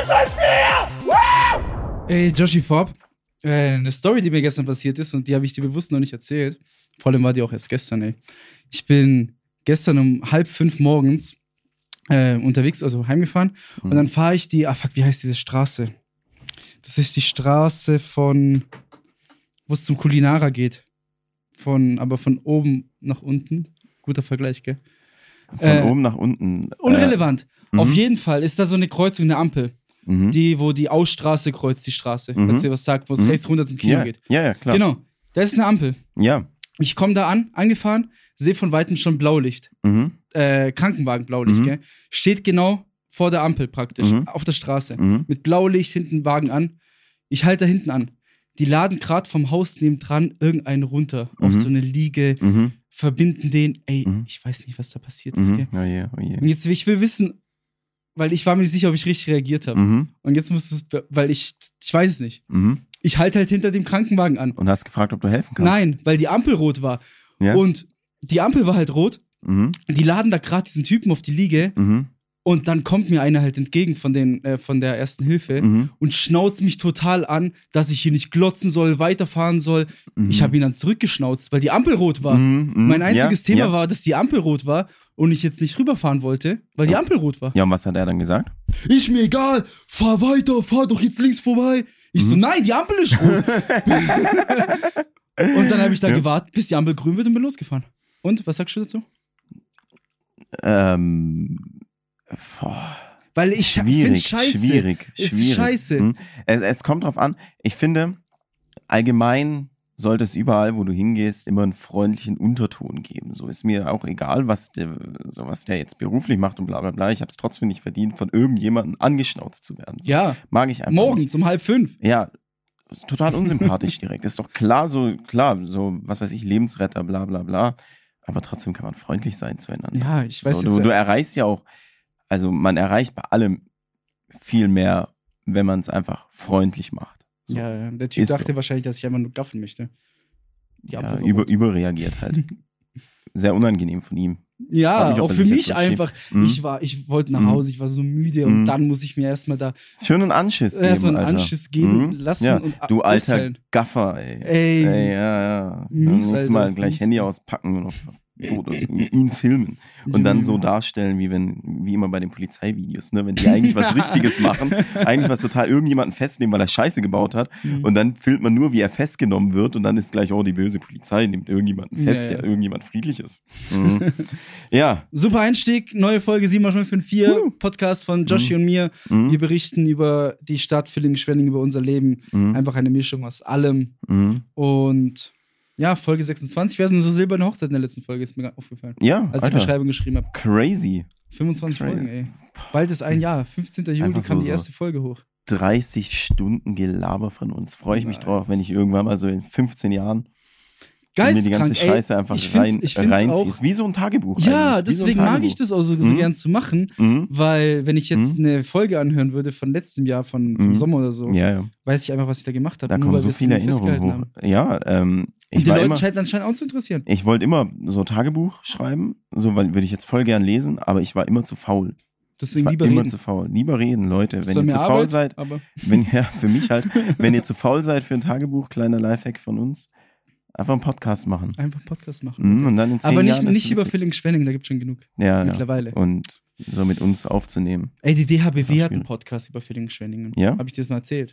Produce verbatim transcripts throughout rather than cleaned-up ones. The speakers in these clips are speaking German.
ist hier? Wow! Ey, Joshi Fopp, äh, eine Story, die mir gestern passiert ist und die habe ich dir bewusst noch nicht erzählt. Vor allem war die auch erst gestern, ey. Ich bin gestern um halb fünf morgens äh, unterwegs, also heimgefahren. Mhm. Und dann fahre ich die, ah fuck, wie heißt diese Straße? Das ist die Straße von, wo es zum Kulinara geht. Von, aber von oben nach unten. Guter Vergleich, gell? Von äh, oben nach unten. Unrelevant. Äh, Auf jeden Fall ist da so eine Kreuzung, eine Ampel. Mhm. Die, wo die Ausstraße kreuzt, die Straße. Mhm. Falls ihr was sagt, wo es mhm. rechts runter zum Kino ja. geht. Ja, ja, klar. Genau. Da ist eine Ampel. Ja. Ich komme da an, angefahren, sehe von Weitem schon Blaulicht. Mhm. Äh, Krankenwagen Blaulicht, mhm. gell? Steht genau vor der Ampel praktisch, mhm. auf der Straße. Mhm. Mit Blaulicht, hinten Wagen an. Ich halte da hinten an. Die laden gerade vom Haus nebendran irgendeinen runter. Mhm. Auf so eine Liege, mhm. verbinden den. Ey, mhm. ich weiß nicht, was da passiert ist, gell? Oh je, oh je. Und jetzt, ich will wissen, weil ich war mir nicht sicher, ob ich richtig reagiert habe. Mhm. Und jetzt muss es, weil ich, ich weiß es nicht. Mhm. Ich halte halt hinter dem Krankenwagen an. Und hast gefragt, ob du helfen kannst? Nein, weil die Ampel rot war. Ja? Und die Ampel war halt rot. Mhm. Die laden da gerade diesen Typen auf die Liege. Mhm. Und dann kommt mir einer halt entgegen von, den, äh, von der ersten Hilfe mhm. und schnauzt mich total an, dass ich hier nicht glotzen soll, weiterfahren soll. Mhm. Ich habe ihn dann zurückgeschnauzt, weil die Ampel rot war. Mhm. Mein einziges ja, Thema ja. war, dass die Ampel rot war und ich jetzt nicht rüberfahren wollte, weil die Ampel rot war. Ja, und was hat er dann gesagt? Ist mir egal, fahr weiter, fahr doch jetzt links vorbei. Ich mhm. so, nein, die Ampel ist rot. Und dann habe ich da ja. gewartet, bis die Ampel grün wird und bin losgefahren. Und, was sagst du dazu? Ähm... Boah. Weil ich finde es scheiße. Schwierig, ist schwierig. scheiße. Hm. Es, es kommt drauf an. Ich finde, allgemein sollte es überall, wo du hingehst, immer einen freundlichen Unterton geben. So ist mir auch egal, was der, so was der jetzt beruflich macht und bla bla bla. Ich habe es trotzdem nicht verdient, von irgendjemandem angeschnauzt zu werden. So. Ja. Mag ich einfach Morgens nicht. um halb fünf. Ja. Ist total unsympathisch direkt. Ist doch klar, so, klar, so, was weiß ich, Lebensretter, bla bla bla. Aber trotzdem kann man freundlich sein zueinander. Ja, ich weiß so, jetzt du, du erreichst ja auch. Also man erreicht bei allem viel mehr, wenn man es einfach freundlich macht. So. Ja, der Typ Ist dachte so. wahrscheinlich, dass ich einfach nur gaffen möchte. Die ja, über, überreagiert halt. Sehr unangenehm von ihm. Ja, mich, auch für mich einfach. Mhm. Ich war, ich wollte nach Hause, ich war so müde mhm. und dann muss ich mir erstmal da schön einen Anschiss geben, erstmal einen Alter. Anschiss geben mhm. lassen. Ja. Und du alter austeilen. Gaffer, ey. Ey. ey ja, ja. Mies, dann musst Alter. du mal gleich Mies. Handy auspacken und auf Fotos, ihn filmen und dann so darstellen, wie wenn, wie immer bei den Polizeivideos, ne? Wenn die eigentlich was Richtiges machen, eigentlich was total irgendjemanden festnehmen, weil er Scheiße gebaut hat mhm. und dann filmt man nur, wie er festgenommen wird und dann ist gleich, oh, die böse Polizei nimmt irgendjemanden fest, ja, ja. der irgendjemand friedlich ist. Mhm. Ja. Super Einstieg, neue Folge sieben mal fünf fünf vier, uh. Podcast von Joshi mhm. und mir. Mhm. Wir berichten über die Stadt Villingen-Schwenningen, über unser Leben. Mhm. Einfach eine Mischung aus allem. Mhm. Und ja, Folge sechsundzwanzig. Wir hatten so silberne Hochzeit in der letzten Folge, ist mir aufgefallen. Ja, als ich die Beschreibung geschrieben habe. Crazy. fünfundzwanzig Crazy. Folgen, ey. Bald ist ein Jahr. fünfzehnten Juli Einfach kam so, die erste so. Folge hoch. dreißig Stunden Gelaber von uns. Freue ich mich nice. drauf, wenn ich irgendwann mal so in fünfzehn Jahren mir die ganze Scheiße ey, einfach ich rein, ich reinziehe. Ist wie so ein Tagebuch. Ja, deswegen so mag ich das auch so, so mhm. gern zu machen, mhm. weil wenn ich jetzt mhm. eine Folge anhören würde von letztem Jahr, von, vom mhm. Sommer oder so, ja, ja. weiß ich einfach, was ich da gemacht habe. Da kommen so viele Erinnerungen hoch. Haben. Ja, ähm, ich Und die war Leute immer, scheint es anscheinend auch zu interessieren. Ich wollte immer so Tagebuch schreiben, so, weil würde ich jetzt voll gern lesen, aber ich war immer zu faul. Deswegen ich war lieber immer reden. zu faul. Lieber reden, Leute. Das wenn ihr zu faul Arbeit, seid, aber wenn ja, für mich halt, wenn ihr zu faul seid für ein Tagebuch, kleiner Lifehack von uns, einfach einen Podcast machen. Einfach einen Podcast machen. Mhm, und dann in zehn aber nicht, Jahren nicht über Villingen-Schwenningen, da gibt es schon genug. Ja, mittlerweile. Ja. Und so mit uns aufzunehmen. Ey, die D H B W hat einen Podcast über Villingen-Schwenningen. Ja? Habe ich dir das mal erzählt? Ja.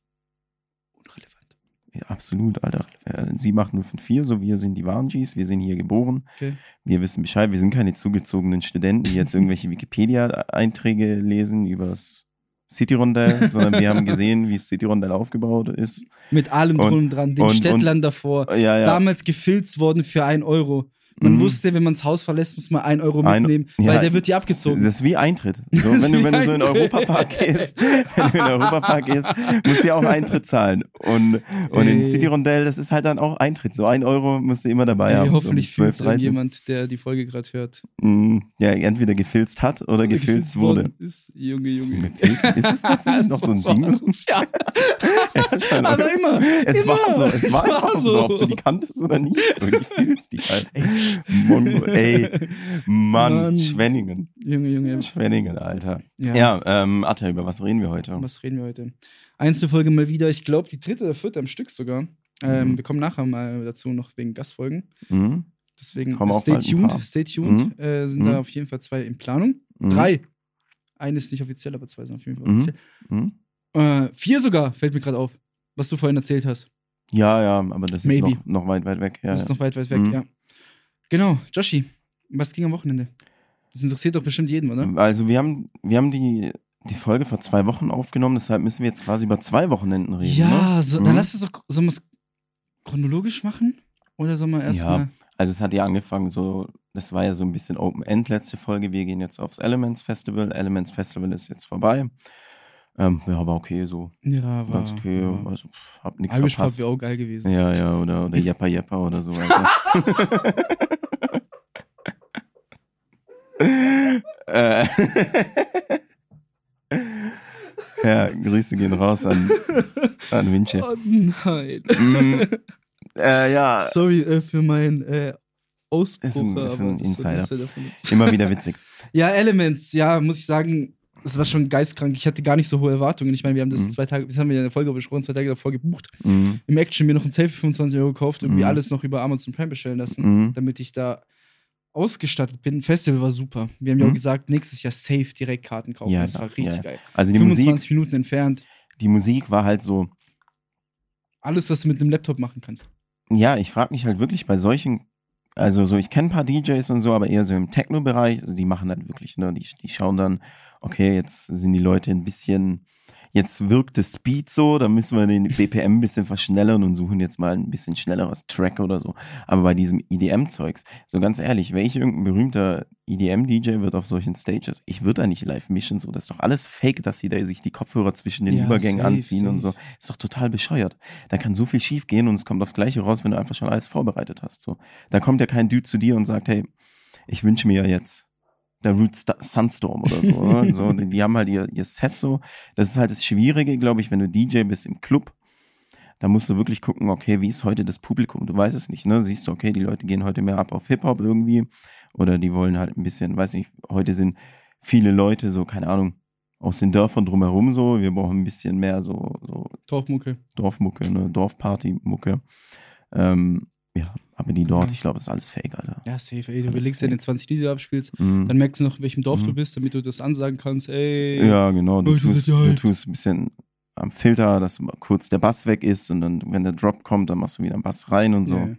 Unrelevant. Ja, absolut, Alter. Sie macht null fünf vier, so wir sind die wahren Gs, wir sind hier geboren. Okay. Wir wissen Bescheid, wir sind keine zugezogenen Studenten, die jetzt irgendwelche Wikipedia-Einträge lesen übers City-Rondell, sondern wir haben gesehen, wie das City-Rondell aufgebaut ist. Mit allem drum und dran, den und, Städtlern und, davor. Ja, ja. Damals gefilzt worden für ein Euro. Man mhm. wusste, wenn man das Haus verlässt, muss man ein Euro mitnehmen, ein, weil ja, der wird dir abgezogen. Das ist wie Eintritt. So, wenn du, wenn du so in den Europapark gehst, wenn du in den Europapark gehst, musst du ja auch Eintritt zahlen. Und, und in City-Rondell, das ist halt dann auch Eintritt. So ein Euro musst du immer dabei Ey, haben. Hoffentlich fühlt es jemand, der die Folge gerade hört. Ja, entweder gefilzt hat oder gefilzt wurde. Ist, Junge, Junge. Gefilzt, ist es tatsächlich noch so ein Ding? Ja. ja, aber immer. Es immer. war so. Es, es war, war einfach so. so, ob du die kanntest oder nicht. So gefilzt die halt. Ey, Mongo, ey. Mann, Mann. Schwenningen. Junge, Junge. Schwenningen, Alter. Ja. Ja, ähm, Atta, über was reden wir heute? Was reden wir heute? Einzelfolge mal wieder, ich glaube, die dritte oder vierte am Stück sogar. Ähm, Mhm. Wir kommen nachher mal dazu noch wegen Gastfolgen. Mhm. Deswegen Kommen auch stay bald ein tuned, paar. stay tuned. Mhm. Äh, sind Mhm. da auf jeden Fall zwei in Planung. Mhm. Drei. Eine ist nicht offiziell, aber zwei sind auf jeden Fall Mhm. offiziell. Mhm. Äh, vier sogar, fällt mir gerade auf, was du vorhin erzählt hast. Ja, ja, aber das Maybe. ist noch, noch weit, weit weg. Ja, das ist ja. noch weit, weit weg, Mhm. ja. Genau, Joshi, was ging am Wochenende? Das interessiert doch bestimmt jeden, oder? Also wir haben, wir haben die, die Folge vor zwei Wochen aufgenommen, deshalb müssen wir jetzt quasi über zwei Wochenenden reden. Ja, ne? so, Mhm. dann lass es doch, sollen wir es chronologisch machen? Oder sollen wir Ja. erstmal. Also es hat ja angefangen, so, das war ja so ein bisschen Open-End letzte Folge. Wir gehen jetzt aufs Elements Festival. Elements Festival ist jetzt vorbei. Ähm, ja, aber okay, so Ja, war. ganz okay. war. Also pff, hab nichts Irish Pub verpasst. wäre auch geil gewesen. Ja, ja, oder, oder Jeppa Jeppa oder so. Also. äh, ja, Grüße gehen raus an, an Vinci. Oh nein. Mm, äh, ja, Sorry äh, für meinen äh, Ausbruch. Ist ein- ist aber ein das war Insider. von uns. immer wieder witzig. Ja, Elements, ja, muss ich sagen, das war schon geistkrank. Ich hatte gar nicht so hohe Erwartungen. Ich meine, wir haben das Mhm. zwei Tage, das haben wir in der Folge besprochen, zwei Tage davor gebucht. Mhm. Im Action mir noch ein Zelt für fünfundzwanzig Euro gekauft und Mhm. mir alles noch über Amazon Prime bestellen lassen, Mhm. damit ich da ausgestattet bin. Festival war super. Wir haben ja Mhm. auch gesagt, nächstes Jahr safe direkt Karten kaufen. Ja, das ja, war richtig ja. geil. Also die fünfundzwanzig Musik, Minuten entfernt. die Musik war halt so, Alles, was du mit einem Laptop machen kannst. ja, ich frage mich halt wirklich bei solchen, also so, ich kenne ein paar D Js und so, aber eher so im Techno-Bereich, also die machen halt wirklich, ne, die, die schauen dann, okay, jetzt sind die Leute ein bisschen, jetzt wirkt das Speed so, dann müssen wir den B P M ein bisschen verschnellern und suchen jetzt mal ein bisschen schnelleres Track oder so. Aber bei diesem E D M-Zeugs, so ganz ehrlich, welch irgendein berühmter E D M-D J wird auf solchen Stages? Ich würde da nicht live mischen, so, das ist doch alles fake, dass sie da sich die Kopfhörer zwischen den Ja, Übergängen safe, anziehen und so. safe. Ist doch total bescheuert. Da kann so viel schief gehen und es kommt aufs Gleiche raus, wenn du einfach schon alles vorbereitet hast. So. Da kommt ja kein Dude zu dir und sagt, hey, ich wünsche mir ja jetzt der Root Sta- Sunstorm oder so. Ne? so die, die haben halt ihr, ihr Set so. Das ist halt das Schwierige, glaube ich, wenn du D J bist im Club. Da musst du wirklich gucken, okay, wie ist heute das Publikum? Du weißt es nicht, ne? Siehst du, okay, die Leute gehen heute mehr ab auf Hip-Hop irgendwie. Oder die wollen halt ein bisschen, weiß nicht, heute sind viele Leute so, keine Ahnung, aus den Dörfern drumherum so. Wir brauchen ein bisschen mehr so, so Dorfmucke. Dorfmucke, ne? Dorfparty-Mucke. Ähm, ja, aber die dort, Ja. ich glaube, das ist alles fake, Alter. Ja, safe, ey. Du Alles überlegst ja, fake. den zwanzig Lieder abspielst, Mhm. dann merkst du noch, in welchem Dorf Mhm. du bist, damit du das ansagen kannst, ey. Ja, genau. Du Leute, tust, seid ihr du alt? tust ein bisschen am Filter, dass mal kurz der Bass weg ist und dann, wenn der Drop kommt, dann machst du wieder einen Bass rein und so. Ja.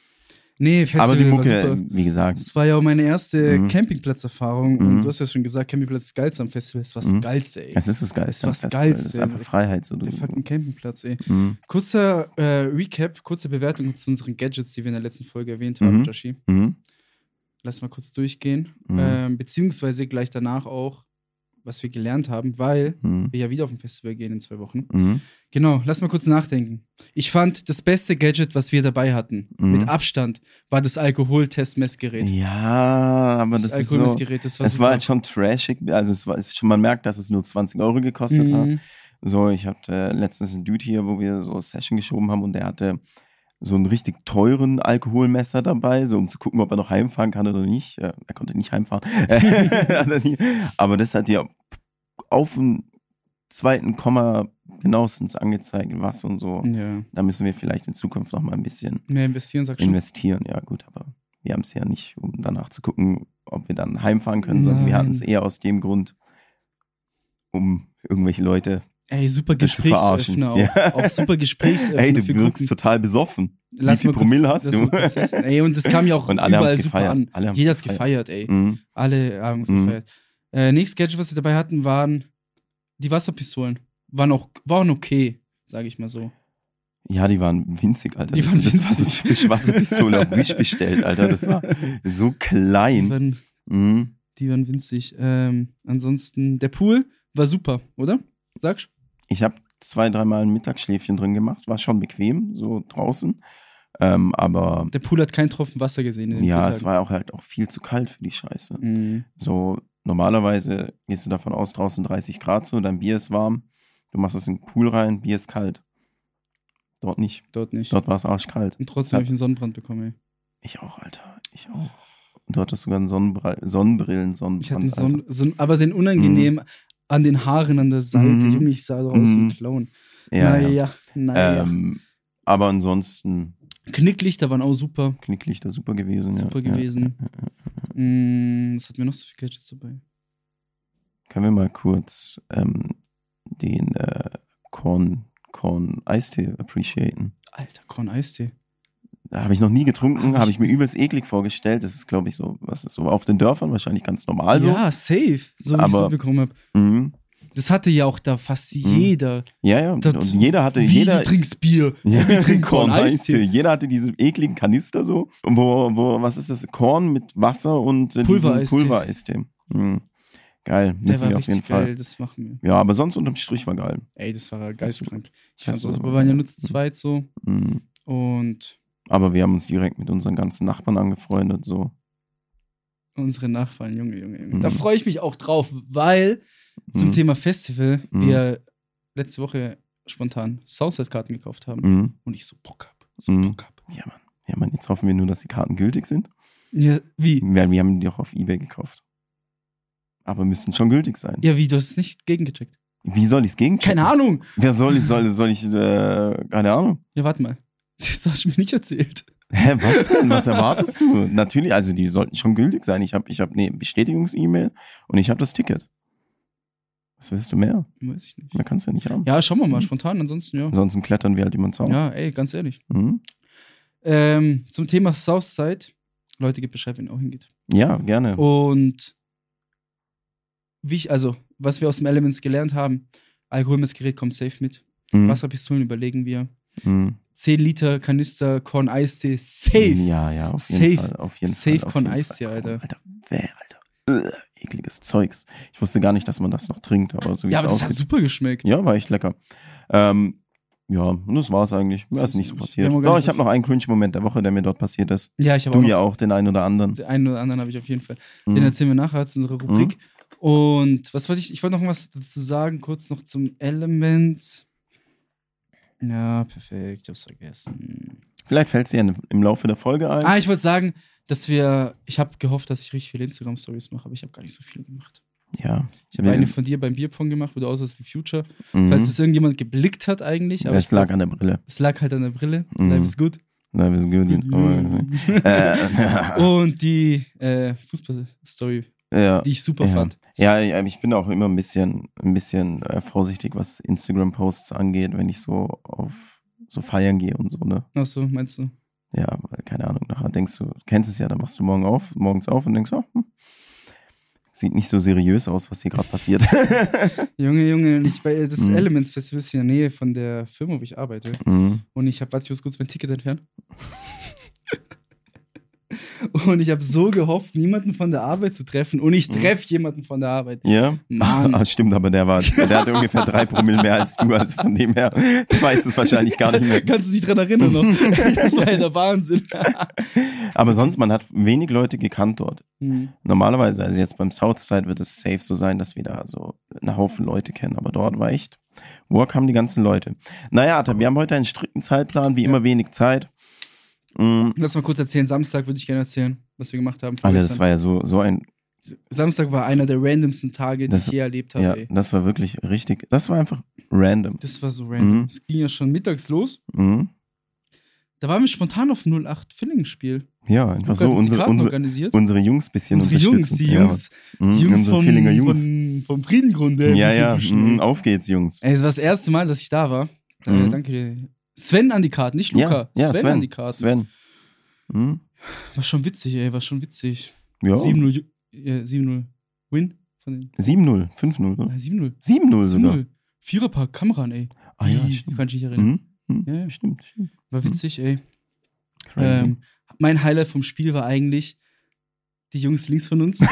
Nee, Festival Aber die war Mucke, super. wie gesagt, Das war ja auch meine erste Mhm. Campingplatzerfahrung Mhm. und du hast ja schon gesagt, Campingplatz ist das Geilste am Festival. Das war das Mhm. Geilste, ey. es ist das Geilste. am Das war's Festival. Das ist Geilste. einfach Freiheit. So. Der Du, fucking Campingplatz, ey. mhm. Kurzer äh, Recap, kurze Bewertung zu unseren Gadgets, die wir in der letzten Folge erwähnt haben, Mhm. Joshi. Mhm. Lass mal kurz durchgehen. Mhm. Ähm, beziehungsweise gleich danach auch, was wir gelernt haben, weil Mhm. wir ja wieder auf ein Festival gehen in zwei Wochen. Mhm. Genau, lass mal kurz nachdenken. Ich fand, das beste Gadget, was wir dabei hatten, Mhm. mit Abstand, war das Alkoholtest-Messgerät. Ja, aber das, das ist so, Alkoholmessgerät, das war es super. war halt schon trashig. Also es war, es schon, man merkt, dass es nur zwanzig Euro gekostet hat. Mhm. So, ich hatte äh, letztens einen Dude hier, wo wir so Session geschoben haben und der hatte so einen richtig teuren Alkoholmesser dabei, so um zu gucken, ob er noch heimfahren kann oder nicht. Äh, er konnte nicht heimfahren. Hat er nie. Aber das hat dir auf dem zweiten Komma genauestens angezeigt, was und so. Ja. Da müssen wir vielleicht in Zukunft noch mal ein bisschen Mehr investieren, sagst du? investieren. Ja gut, aber wir haben es ja nicht, um danach zu gucken, ob wir dann heimfahren können, sondern wir Nein. hatten es eher aus dem Grund, um irgendwelche Leute Ey, super Äh, zu verarschen. Gesprächsöffner auch. Ja. Auch super Gesprächsöffner Ey, du für wirkst Gruppen. total besoffen. Lass Wie viel mal kurz- Promille hast lass du? mal kurz testen. Ey, und das kam ja auch Und alle überall haben's super gefeiert. an. Alle haben's Jeder hat's gefeiert. gefeiert, ey. Mhm. Alle haben es Mhm. gefeiert. Äh, nächstes Gadget, was wir dabei hatten, waren die Wasserpistolen. Waren auch, waren okay, sage ich mal so. Ja, die waren winzig, Alter. Die das, waren das war so winzig. typisch Wasserpistole auf Wish bestellt, Alter. Das war so Die klein. waren, Mhm. die waren winzig. Ähm, ansonsten, der Pool war super, oder? Sagst Ich habe zwei, dreimal ein Mittagsschläfchen drin gemacht. War schon bequem, so draußen. Ähm, aber Der Pool hat keinen Tropfen Wasser gesehen. In den ja, vier es Tagen. war auch halt auch viel zu kalt für die Scheiße. Mhm. So, normalerweise gehst du davon aus, draußen dreißig Grad so, dein Bier ist warm. Du machst es in den Pool rein, Bier ist kalt. Dort nicht. Dort nicht. Dort war es arschkalt. Und trotzdem habe ich einen Sonnenbrand bekommen, ey. Ich auch, Alter. Ich auch. Und du hattest sogar einen Sonnenbr- Sonnenbrillen, Sonnenbrand. Ich hatte einen Sonnen, so, aber den unangenehm mhm. an den Haaren an der Seite. Mhm. Junge, ich sah so aus mhm. wie ein Clown. Ja, naja, ja. naja. Ähm, aber ansonsten. Knicklichter waren auch super. Knicklichter super gewesen, super ja. Super gewesen. Ja, ja, ja, ja. Mm, was hatten wir noch so viele Gadgets dabei? Können wir mal kurz ähm, den äh, Korn, Korn Eistee appreciaten? Alter, Korn Eistee. Da habe ich noch nie getrunken, habe ich mir übelst eklig vorgestellt. Das ist, glaube ich, so, was ist so auf den Dörfern wahrscheinlich ganz normal so. Ja, safe, so wie ich es mitbekommen habe. Mhm. Das hatte ja auch da fast jeder. Ja, ja. Das, und jeder hatte. Wie, jeder, du trinkst Bier. Ja, wir trinken Korn Eistee. Jeder hatte diese ekligen Kanister so. Wo, wo, was ist das? Korn mit Wasser und äh, Pulvereistee. Pulvereistee. Mhm. Geil, müssen wir auf jeden Fall. Geil, das machen wir. Ja, aber sonst unterm Strich war geil. Ey, das war geisteskrank. Ich fand's auch, wir waren ja nur zu zweit so. Mhm. Und. Aber wir haben uns direkt mit unseren ganzen Nachbarn angefreundet, so. Unsere Nachbarn, Junge, Junge, Junge. Mhm. Da freue ich mich auch drauf, weil zum mhm. Thema Festival Mhm. wir letzte Woche spontan Southside-Karten gekauft haben Mhm. und ich so Bock hab. So Mhm. Bock hab. Ja, Mann. Ja, Mann, jetzt hoffen wir nur, dass die Karten gültig sind. Ja, wie? Weil wir haben die auch auf eBay gekauft. Aber müssten schon gültig sein. Ja, wie? Du hast es nicht gegengecheckt. Wie soll ich es gegenchecken? Keine Ahnung. Wer soll ich, soll, soll ich, äh, keine Ahnung. Ja, warte mal. Das hast du mir nicht erzählt. Hä, was denn? Was erwartest du? Natürlich, also die sollten schon gültig sein. Ich habe ich hab eine Bestätigungs-E-Mail und ich habe das Ticket. Was willst du mehr? Weiß ich nicht. Mehr kannst du ja nicht haben. Ja, schauen wir mal, spontan, ansonsten, ja. Ansonsten klettern wir halt immer Zaun. Ja, ey, ganz ehrlich. Mhm. Ähm, zum Thema Southside. Leute, gebt Bescheid, wenn ihr auch hingeht. Ja, gerne. Und wie ich, also, was wir aus dem Elements gelernt haben, Alkoholmessgerät kommt safe mit. Mhm. Wasserpistolen überlegen wir. Mhm. zehn Liter Kanister Korn Eistee, safe. Ja, ja, auf Safe. jeden Fall. Auf jeden Safe Fall, auf Korn jeden Eistee, Fall. Alter. Alter, bäh, Alter. Ugh, ekliges Zeugs. Ich wusste gar nicht, dass man das noch trinkt, aber so wie Ja, es aber das aussieht. hat super geschmeckt. Ja, war echt lecker. Ähm, ja, und das war's eigentlich. Mehr ist nicht so Wir passiert. haben auch gar Doch, nicht ich so habe noch einen Cringe-Moment der Woche, der mir dort passiert ist. Ja, ich habe Du auch noch ja auch, den einen oder anderen. den einen oder anderen habe ich auf jeden Fall. Mhm. Den erzählen wir nachher zu unserer Rubrik. Und was wollte ich, ich wollte noch was dazu sagen, kurz noch zum Elements. Ja, perfekt, ich hab's vergessen. Vielleicht fällt es dir im Laufe der Folge ein. Ah, ich wollte sagen, dass wir, ich habe gehofft, dass ich richtig viele Instagram-Stories mache, aber ich habe gar nicht so viele gemacht. Ja. Ich habe eine von dir beim Bierpong gemacht, wo du aussahst wie Future. Mhm. Falls es irgendjemand geblickt hat eigentlich. Aber Das lag an der Brille. Es lag halt an der Brille. Mhm. Life ist gut. Life is good. Mhm. äh, Und die äh, Fußball-Story, ja. die ich super ja. fand. Ja, ja, ich bin auch immer ein bisschen, ein bisschen äh, vorsichtig, was Instagram-Posts angeht, wenn ich so auf so feiern gehe und so, ne? Ach so, meinst du? Ja, weil, keine Ahnung, nachher denkst du, du kennst es ja, dann machst du morgen auf, morgens auf und denkst, oh, hm, sieht nicht so seriös aus, was hier gerade passiert. Junge, Junge, ich, weil das Mhm. Elements Festival ist in der Nähe von der Firma, wo ich arbeite. Mhm. Und ich habe, warte, ich muss kurz mein Ticket entfernen. Und ich habe so gehofft, niemanden von der Arbeit zu treffen. Und ich Mhm. treffe jemanden von der Arbeit. Ja? Mann. Ah, stimmt, aber der war, der hatte ungefähr drei Promille mehr als du, also von dem her, du weißt es wahrscheinlich gar nicht mehr. Kannst du dich dran erinnern noch? Das war ja der Wahnsinn. Aber sonst, man hat wenig Leute gekannt dort. Hm. Normalerweise, also jetzt beim Southside wird es safe so sein, dass wir da so einen Haufen Leute kennen, aber dort war echt, woher kamen die ganzen Leute? Naja, Atta, wir haben heute einen strikten Zeitplan, wie Ja. immer wenig Zeit. Mhm. Lass mal kurz erzählen. Samstag würde ich gerne erzählen, was wir gemacht haben. Alter, das vorgestern. war ja so, so ein, Samstag war einer der randomsten Tage, die Das- ich je erlebt habe. ja, Ey. das war wirklich richtig, das war einfach random. Das war so random. Mhm. Es ging ja schon mittags los. Mhm. Da waren wir spontan auf null acht Villingen-Spiel. Ja, einfach so unsere, Karten unsere, organisiert. unsere Jungs bisschen Unsere Jungs, unterstützen. die Ja, Jungs, Mann. die Mhm, Jungs unsere vom, Villinger Jungs. Von, vom Friedengrund. ey, Ja, wir sind ja, bestimmt- mhm, auf geht's, Jungs. Ey, es war das erste Mal, dass ich da war. Äh, Mhm. danke dir. Sven an die Karten, nicht Luca. Ja, ja, Sven, Sven, an die Karten. Sven. Mhm. War schon witzig, ey, war schon witzig. Ja. sieben null äh, sieben null Win von den. sieben null, fünf null, oder? Nein, sieben null. sieben null sieben sogar. null. Viererpack Kameran, ey. Ah ja, Wie, stimmt. kann ich mich erinnern. Mhm. Mhm. Ja, ja. Stimmt, stimmt. War witzig, ey. Crazy. Ähm, mein Highlight vom Spiel war eigentlich die Jungs links von uns.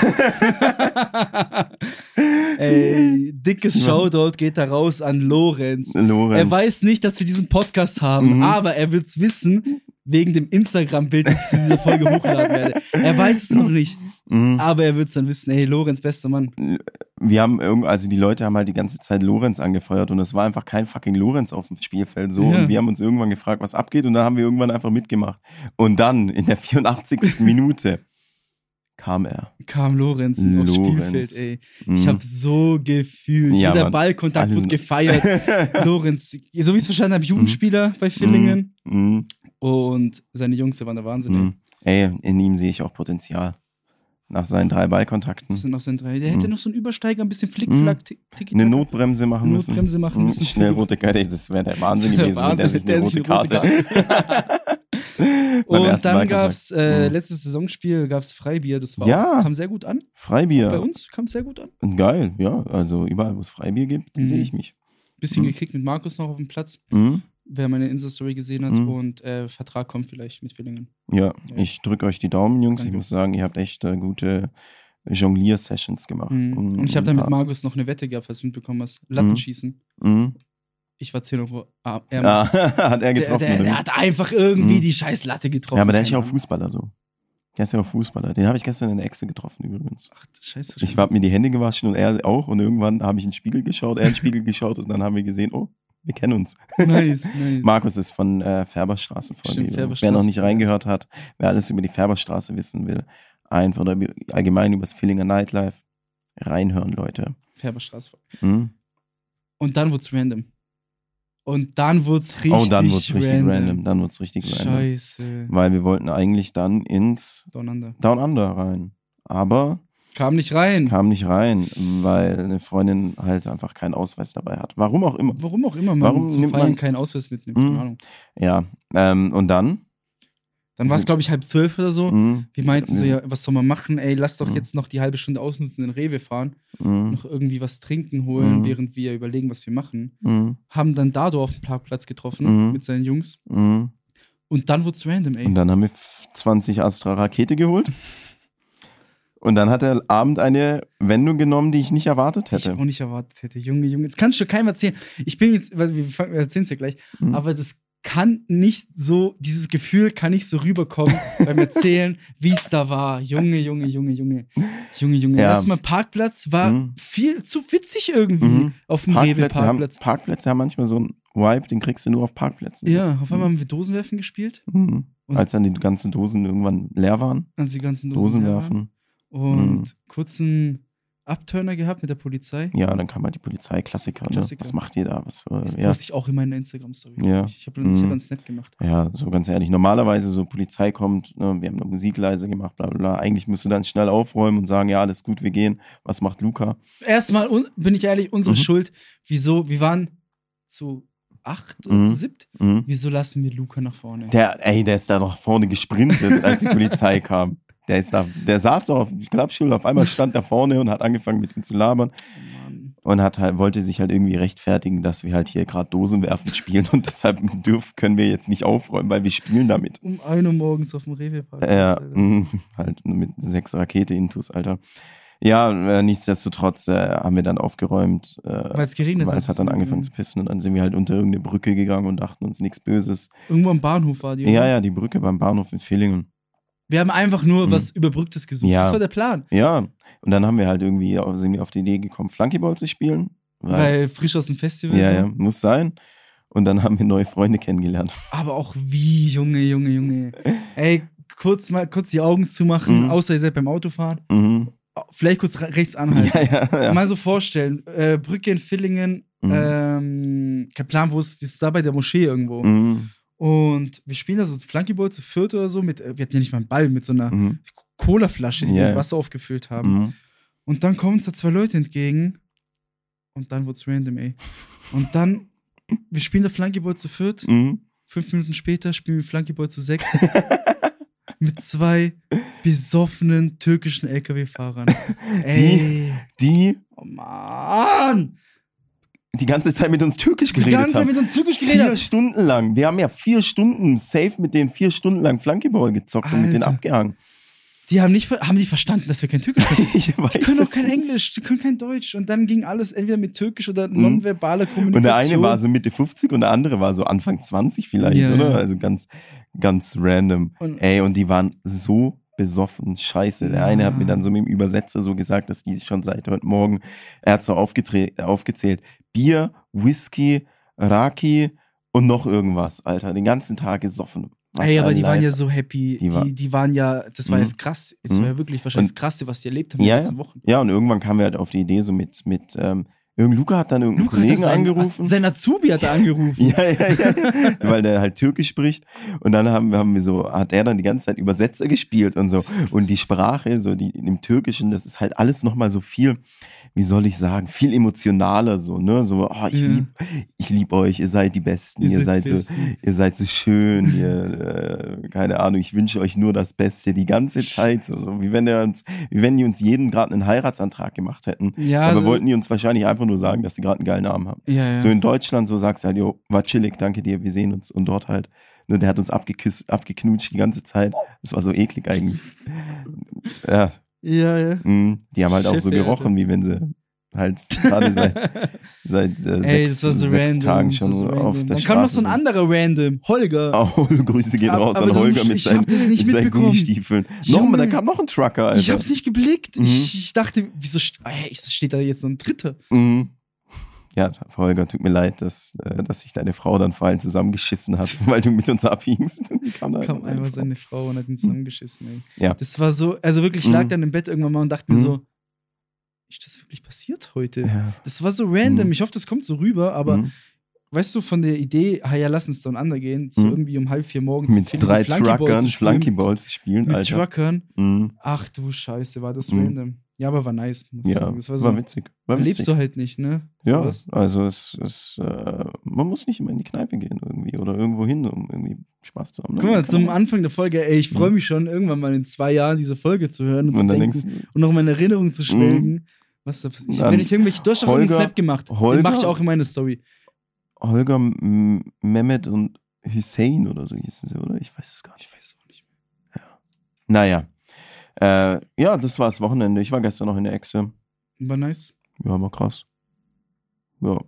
Ey, dickes Shoutout geht da raus an Lorenz. Lorenz. Er weiß nicht, dass wir diesen Podcast haben, Mhm. aber er wird's wissen, wegen dem Instagram-Bild, das ich zu dieser Folge hochladen werde. Er weiß es noch nicht, Mhm. aber er wird es dann wissen. Ey, Lorenz, bester Mann. Wir haben irgend, also die Leute haben halt die ganze Zeit Lorenz angefeuert und es war einfach kein fucking Lorenz auf dem Spielfeld so. Ja. Und wir haben uns irgendwann gefragt, was abgeht und dann haben wir irgendwann einfach mitgemacht. Und dann in der vierundachtzigsten Minute kam er. Kam Lorenz, aufs Lorenz. Spielfeld, ey. Mhm. Ich habe so gefühlt. Ja, Jeder Mann. Ballkontakt Alles- wurde gefeiert. Lorenz, so wie ich es verstanden habe, Jugendspieler bei Villingen. Mhm. Und seine Jungs, die waren der Wahnsinn, ey. Mhm. Ey, in ihm sehe ich auch Potenzial. Nach seinen drei Ballkontakten. Das sind noch seine drei. Der Mhm. hätte noch so einen Übersteiger, ein bisschen Flickflack, tick, tick, Eine Notbremse machen müssen. Notbremse machen Mhm. müssen. Schnell rote Karte. Das wäre der Wahnsinn Das gewesen, wär wenn der Wahnsinn, sich eine rote Karte. Beim Und ersten dann Ballkontakt. gab es, äh, Mhm. letztes Saisonspiel, gab es Freibier. Das war Ja. auch, kam sehr gut an. Bei Freibier. uns kam es sehr gut an. Geil, ja. Also überall, wo es Freibier gibt, Mhm. sehe ich mich. Bisschen Mhm. gekickt mit Markus noch auf dem Platz, Mhm. wer meine Insta-Story gesehen hat. Mhm. Und äh, Vertrag kommt vielleicht mit Villingen. Ja, Ja. ich drücke euch die Daumen, Jungs. Danke. Ich muss sagen, ihr habt echt äh, gute Jonglier-Sessions gemacht. Mhm. Und ich habe dann mit Markus noch eine Wette gehabt, falls du mitbekommen hast. Lattenschießen. Mhm. Ich war zehn Euro. Ah, er Ah, hat er der, getroffen. der, oder der wie? hat einfach irgendwie Mhm. die scheiß Latte getroffen. Ja, aber der ist Keine ja auch Ahnung. Fußballer so. Der ist ja auch Fußballer. Den habe ich gestern in der Echse getroffen übrigens. Ach, scheiße. Ich habe mir die Hände gewaschen und er auch. Und irgendwann habe ich in den Spiegel geschaut, er in den Spiegel geschaut und dann haben wir gesehen, oh, wir kennen uns. Nice, nice. Markus ist von äh, Färberstraße. Folge Stimmt, übrigens. Färberstraße. Wer noch nicht reingehört hat, wer alles über die Färberstraße wissen will, einfach oder über- allgemein über das Villinger Nightlife, reinhören, Leute. Färberstraße. Hm? Und dann wurd's random. Und dann wurd's richtig Oh, dann wurde es richtig random. random. Dann wurde es richtig random. Scheiße. Weil wir wollten eigentlich dann ins Down Under. Down Under rein. Aber Kam nicht rein. kam nicht rein, weil eine Freundin halt einfach keinen Ausweis dabei hat. Warum auch immer. Warum auch immer man Warum zum nimmt Feiern man- keinen Ausweis mitnimmt. Mhm. Keine Ahnung. Ja. Ähm, und dann? Dann war es, Sie- glaube ich, halb zwölf oder so. Mhm. Wir meinten so, Sie- ja, was soll man machen? Ey, lass doch Mhm. jetzt noch die halbe Stunde ausnutzen, in den Rewe fahren, Mhm. noch irgendwie was trinken holen, Mhm. während wir überlegen, was wir machen. Mhm. Haben dann Dado auf dem Parkplatz getroffen Mhm. mit seinen Jungs. Mhm. Und dann wurd's random, ey. Und dann haben wir f- zwanzig Astra Rakete geholt. Und dann hat der Abend eine Wendung genommen, die ich nicht erwartet Die ich hätte. auch nicht erwartet hätte. Junge, Junge, jetzt kannst du keinem erzählen. Ich bin jetzt, weil wir fangen- wir erzählen es ja gleich, Mhm. aber das kann nicht so, dieses Gefühl kann nicht so rüberkommen beim Erzählen, wie es da war. Junge, Junge, Junge, Junge. Junge, Junge. Ja. Erstmal Parkplatz war Mhm. viel zu witzig irgendwie Mhm. auf dem Parkplätze, Rewe-Parkplatz. haben, Parkplätze haben manchmal so einen Vibe, den kriegst du nur auf Parkplätzen. Ja, auf einmal haben wir Dosenwerfen gespielt. Mhm. Und- Als dann die ganzen Dosen irgendwann leer waren. Als die ganzen Dosen, Dosen leer waren. werfen. Und Mhm. kurzen Abturner gehabt mit der Polizei. Ja, dann kam halt die Polizei, Klassiker. Klassiker. Ne? Was macht ihr da? Was, Das äh, ja. poste ich auch in meiner Instagram-Story. Ja. glaub Ich, ich habe ich hab Mhm. einen Snap gemacht. ja, so ganz ehrlich. Normalerweise so Polizei kommt, ne, wir haben eine Musik leise gemacht, bla bla bla. Eigentlich müsst du dann schnell aufräumen und sagen, ja, alles gut, wir gehen. Was macht Luca? Erstmal, un- bin ich ehrlich, unsere Mhm. Schuld. Wieso? Wir waren zu acht oder Mhm. zu siebt. Mhm. Wieso lassen wir Luca nach vorne? Der, ey, der ist da nach vorne gesprintet, als die Polizei kam. Der ist da, der saß doch auf dem Klappstuhl, auf einmal stand da vorne und hat angefangen mit ihm zu labern Oh Mann. und hat halt, wollte sich halt irgendwie rechtfertigen, dass wir halt hier gerade Dosenwerfen spielen und deshalb dürfen, können wir jetzt nicht aufräumen, weil wir spielen damit. Um ein Uhr morgens auf dem Rewe-Park. Ja, mh, halt mit sechs Rakete-Intus, Alter. Ja, äh, nichtsdestotrotz äh, haben wir dann aufgeräumt, äh, Weil es geregnet weil es hat dann angefangen zu pissen und dann sind wir halt unter irgendeine Brücke gegangen und dachten uns nichts Böses. Irgendwo am Bahnhof war die. Ja, oder? ja, die Brücke beim Bahnhof in Villingen. Wir haben einfach nur Mhm. was Überbrücktes gesucht. Ja. Das war der Plan. Ja, und dann haben wir halt irgendwie, sind wir auf die Idee gekommen, Flunkyball zu spielen. Weil frisch aus dem Festival. ja, so. ja, muss sein. Und dann haben wir neue Freunde kennengelernt. Aber auch wie, Junge, Junge, Junge. Ey, kurz mal kurz die Augen zumachen, Mhm. außer ihr seid beim Autofahren. Mhm. Vielleicht kurz re- rechts anhalten. Ja, ja, ja. Mal so vorstellen, äh, Brücke in Villingen, Mhm. ähm, kein Plan, wo ist, das ist da bei der Moschee irgendwo. Mhm. Und wir spielen da so Flunkyball zu viert oder so, mit, äh, wir hatten ja nicht mal einen Ball, mit so einer Mhm. Colaflasche, die Ja, wir ja. mit Wasser aufgefüllt haben. Mhm. Und dann kommen uns da zwei Leute entgegen und dann wird's random, ey. Und dann, wir spielen da Flunkyball zu viert, Mhm. fünf Minuten später spielen wir Flunkyball zu sechs mit zwei besoffenen türkischen L K W-Fahrern. Ey, Die oh Mann! die ganze Zeit mit uns türkisch Die geredet ganze Zeit haben. mit uns türkisch geredet Vier haben. Stunden lang. Wir haben ja vier Stunden safe mit denen vier Stunden lang Flunkyball gezockt und mit denen Alter. abgehangen. Die haben nicht, ver- haben die verstanden, dass wir kein Türkisch können. Ich weiß Die können es auch kein nicht. Englisch, die können kein Deutsch. Und dann ging alles entweder mit Türkisch oder nonverbaler Kommunikation. Und der eine war so Mitte fünfzig und der andere war so Anfang zwanzig vielleicht, Ja, oder? ja. Also ganz, ganz random. Und- Ey, und die waren so besoffen, scheiße. Der Ja. eine hat mir dann so mit dem Übersetzer so gesagt, dass die schon seit heute Morgen, er hat so aufgetre- aufgezählt, Bier, Whisky, Raki und noch irgendwas, Alter. Den ganzen Tag gesoffen. Was Ey, aber ein die waren Life. ja so happy. Die Die, war- die waren ja, das war Mhm. jetzt krass. Es Mhm. war ja wirklich wahrscheinlich Und- das Krasse, was die erlebt haben in Ja, den letzten Wochen. Ja, und irgendwann kamen wir halt auf die Idee, so mit, mit ähm, irgendein Luca hat dann irgendeinen Luca hat Kollegen seinen- angerufen. Sein Azubi hat er angerufen. Ja, ja, ja, weil der halt Türkisch spricht. Und dann haben, haben wir so, hat er dann die ganze Zeit Übersetzer gespielt und so. Und die Sprache, so die im Türkischen, das ist halt alles nochmal so viel, wie soll ich sagen, viel emotionaler so, ne? So, oh, ich Ja. lieb, ich lieb euch, ihr seid die Besten, ihr, Ihr seid, seid die so, Besten. ihr seid so schön, ihr, äh, keine Ahnung, ich wünsche euch nur das Beste die ganze Zeit. So, so wie wenn er uns, wie wenn die uns jeden gerade einen Heiratsantrag gemacht hätten. Ja, Aber also- wollten die uns wahrscheinlich einfach nur sagen, dass sie gerade einen geilen Namen haben. Ja, ja. So in Deutschland, so sagst du halt, jo, war chillig, danke dir, wir sehen uns. Und dort halt, ne, der hat uns abgeküsst, abgeknutscht die ganze Zeit. Das war so eklig eigentlich. Ja, ja, ja. mh, die haben halt auch so Shit, gerochen, wie wenn sie halt gerade seit, seit äh, Ey, sechs, das war so sechs random. Tagen das schon war so auf random. der Dann kam noch Straße so ein sind. anderer Random, Holger. Oh, Grüße gehen Aber- raus aber an das- Holger mit ich seinen, hab das nicht mit seinen mitbekommen. Gummistiefeln. Junge. Nochmal, da kam noch ein Trucker, Alter. Ich hab's nicht geblickt. Mhm. Ich, ich dachte, wieso st ey, ich- steht da jetzt so ein Dritter? Mhm. Ja, Holger, tut mir leid, dass, äh, dass sich deine Frau dann vor allem zusammengeschissen hat, weil du mit uns abhingst. Kam, da Kam einfach einfach Frau. seine Frau und hat ihn zusammengeschissen, ey. Ja. Das war so, also wirklich, ich lag Mhm. dann im Bett irgendwann mal und dachte mir Mhm. so, ist das wirklich passiert heute? Ja. Das war so random. Mhm. Ich hoffe, das kommt so rüber, aber Mhm. weißt du, von der Idee, ah ja, lass uns down gehen, so Mhm. irgendwie um halb vier morgens Mit Philly drei Flunkyball Truckern zu spielen, Flunkyball zu spielen, Mit Alter. Truckern. Mhm. Ach du Scheiße, war das Mhm. random. Ja, aber war nice. Muss ich Ja, sagen. Das war war, so, witzig. War erlebst witzig. du halt nicht, ne? Ja, Sowas. also es ist, äh, man muss nicht immer in die Kneipe gehen irgendwie oder irgendwo hin, um irgendwie Spaß zu haben. ne? Guck Man mal, kann zum auch- Anfang der Folge, ey, ich freue Mhm. mich schon, irgendwann mal in zwei Jahren diese Folge zu hören und, Und zu dann denken denkst du, und noch in meine Erinnerung zu schwelgen. Was da passiert. Ich, Dann wenn ich irgendwelche, du hast doch einen Holger- Snap gemacht. Den Holger- mach ich auch in meine Story. Holger, M- Mehmet und Hussein oder so hießen sie, oder? Ich weiß es gar nicht. Ich weiß auch nicht mehr. Naja. Äh, ja, das war das Wochenende. Ich war gestern noch in der Echse. War nice. Ja, war krass. Ja.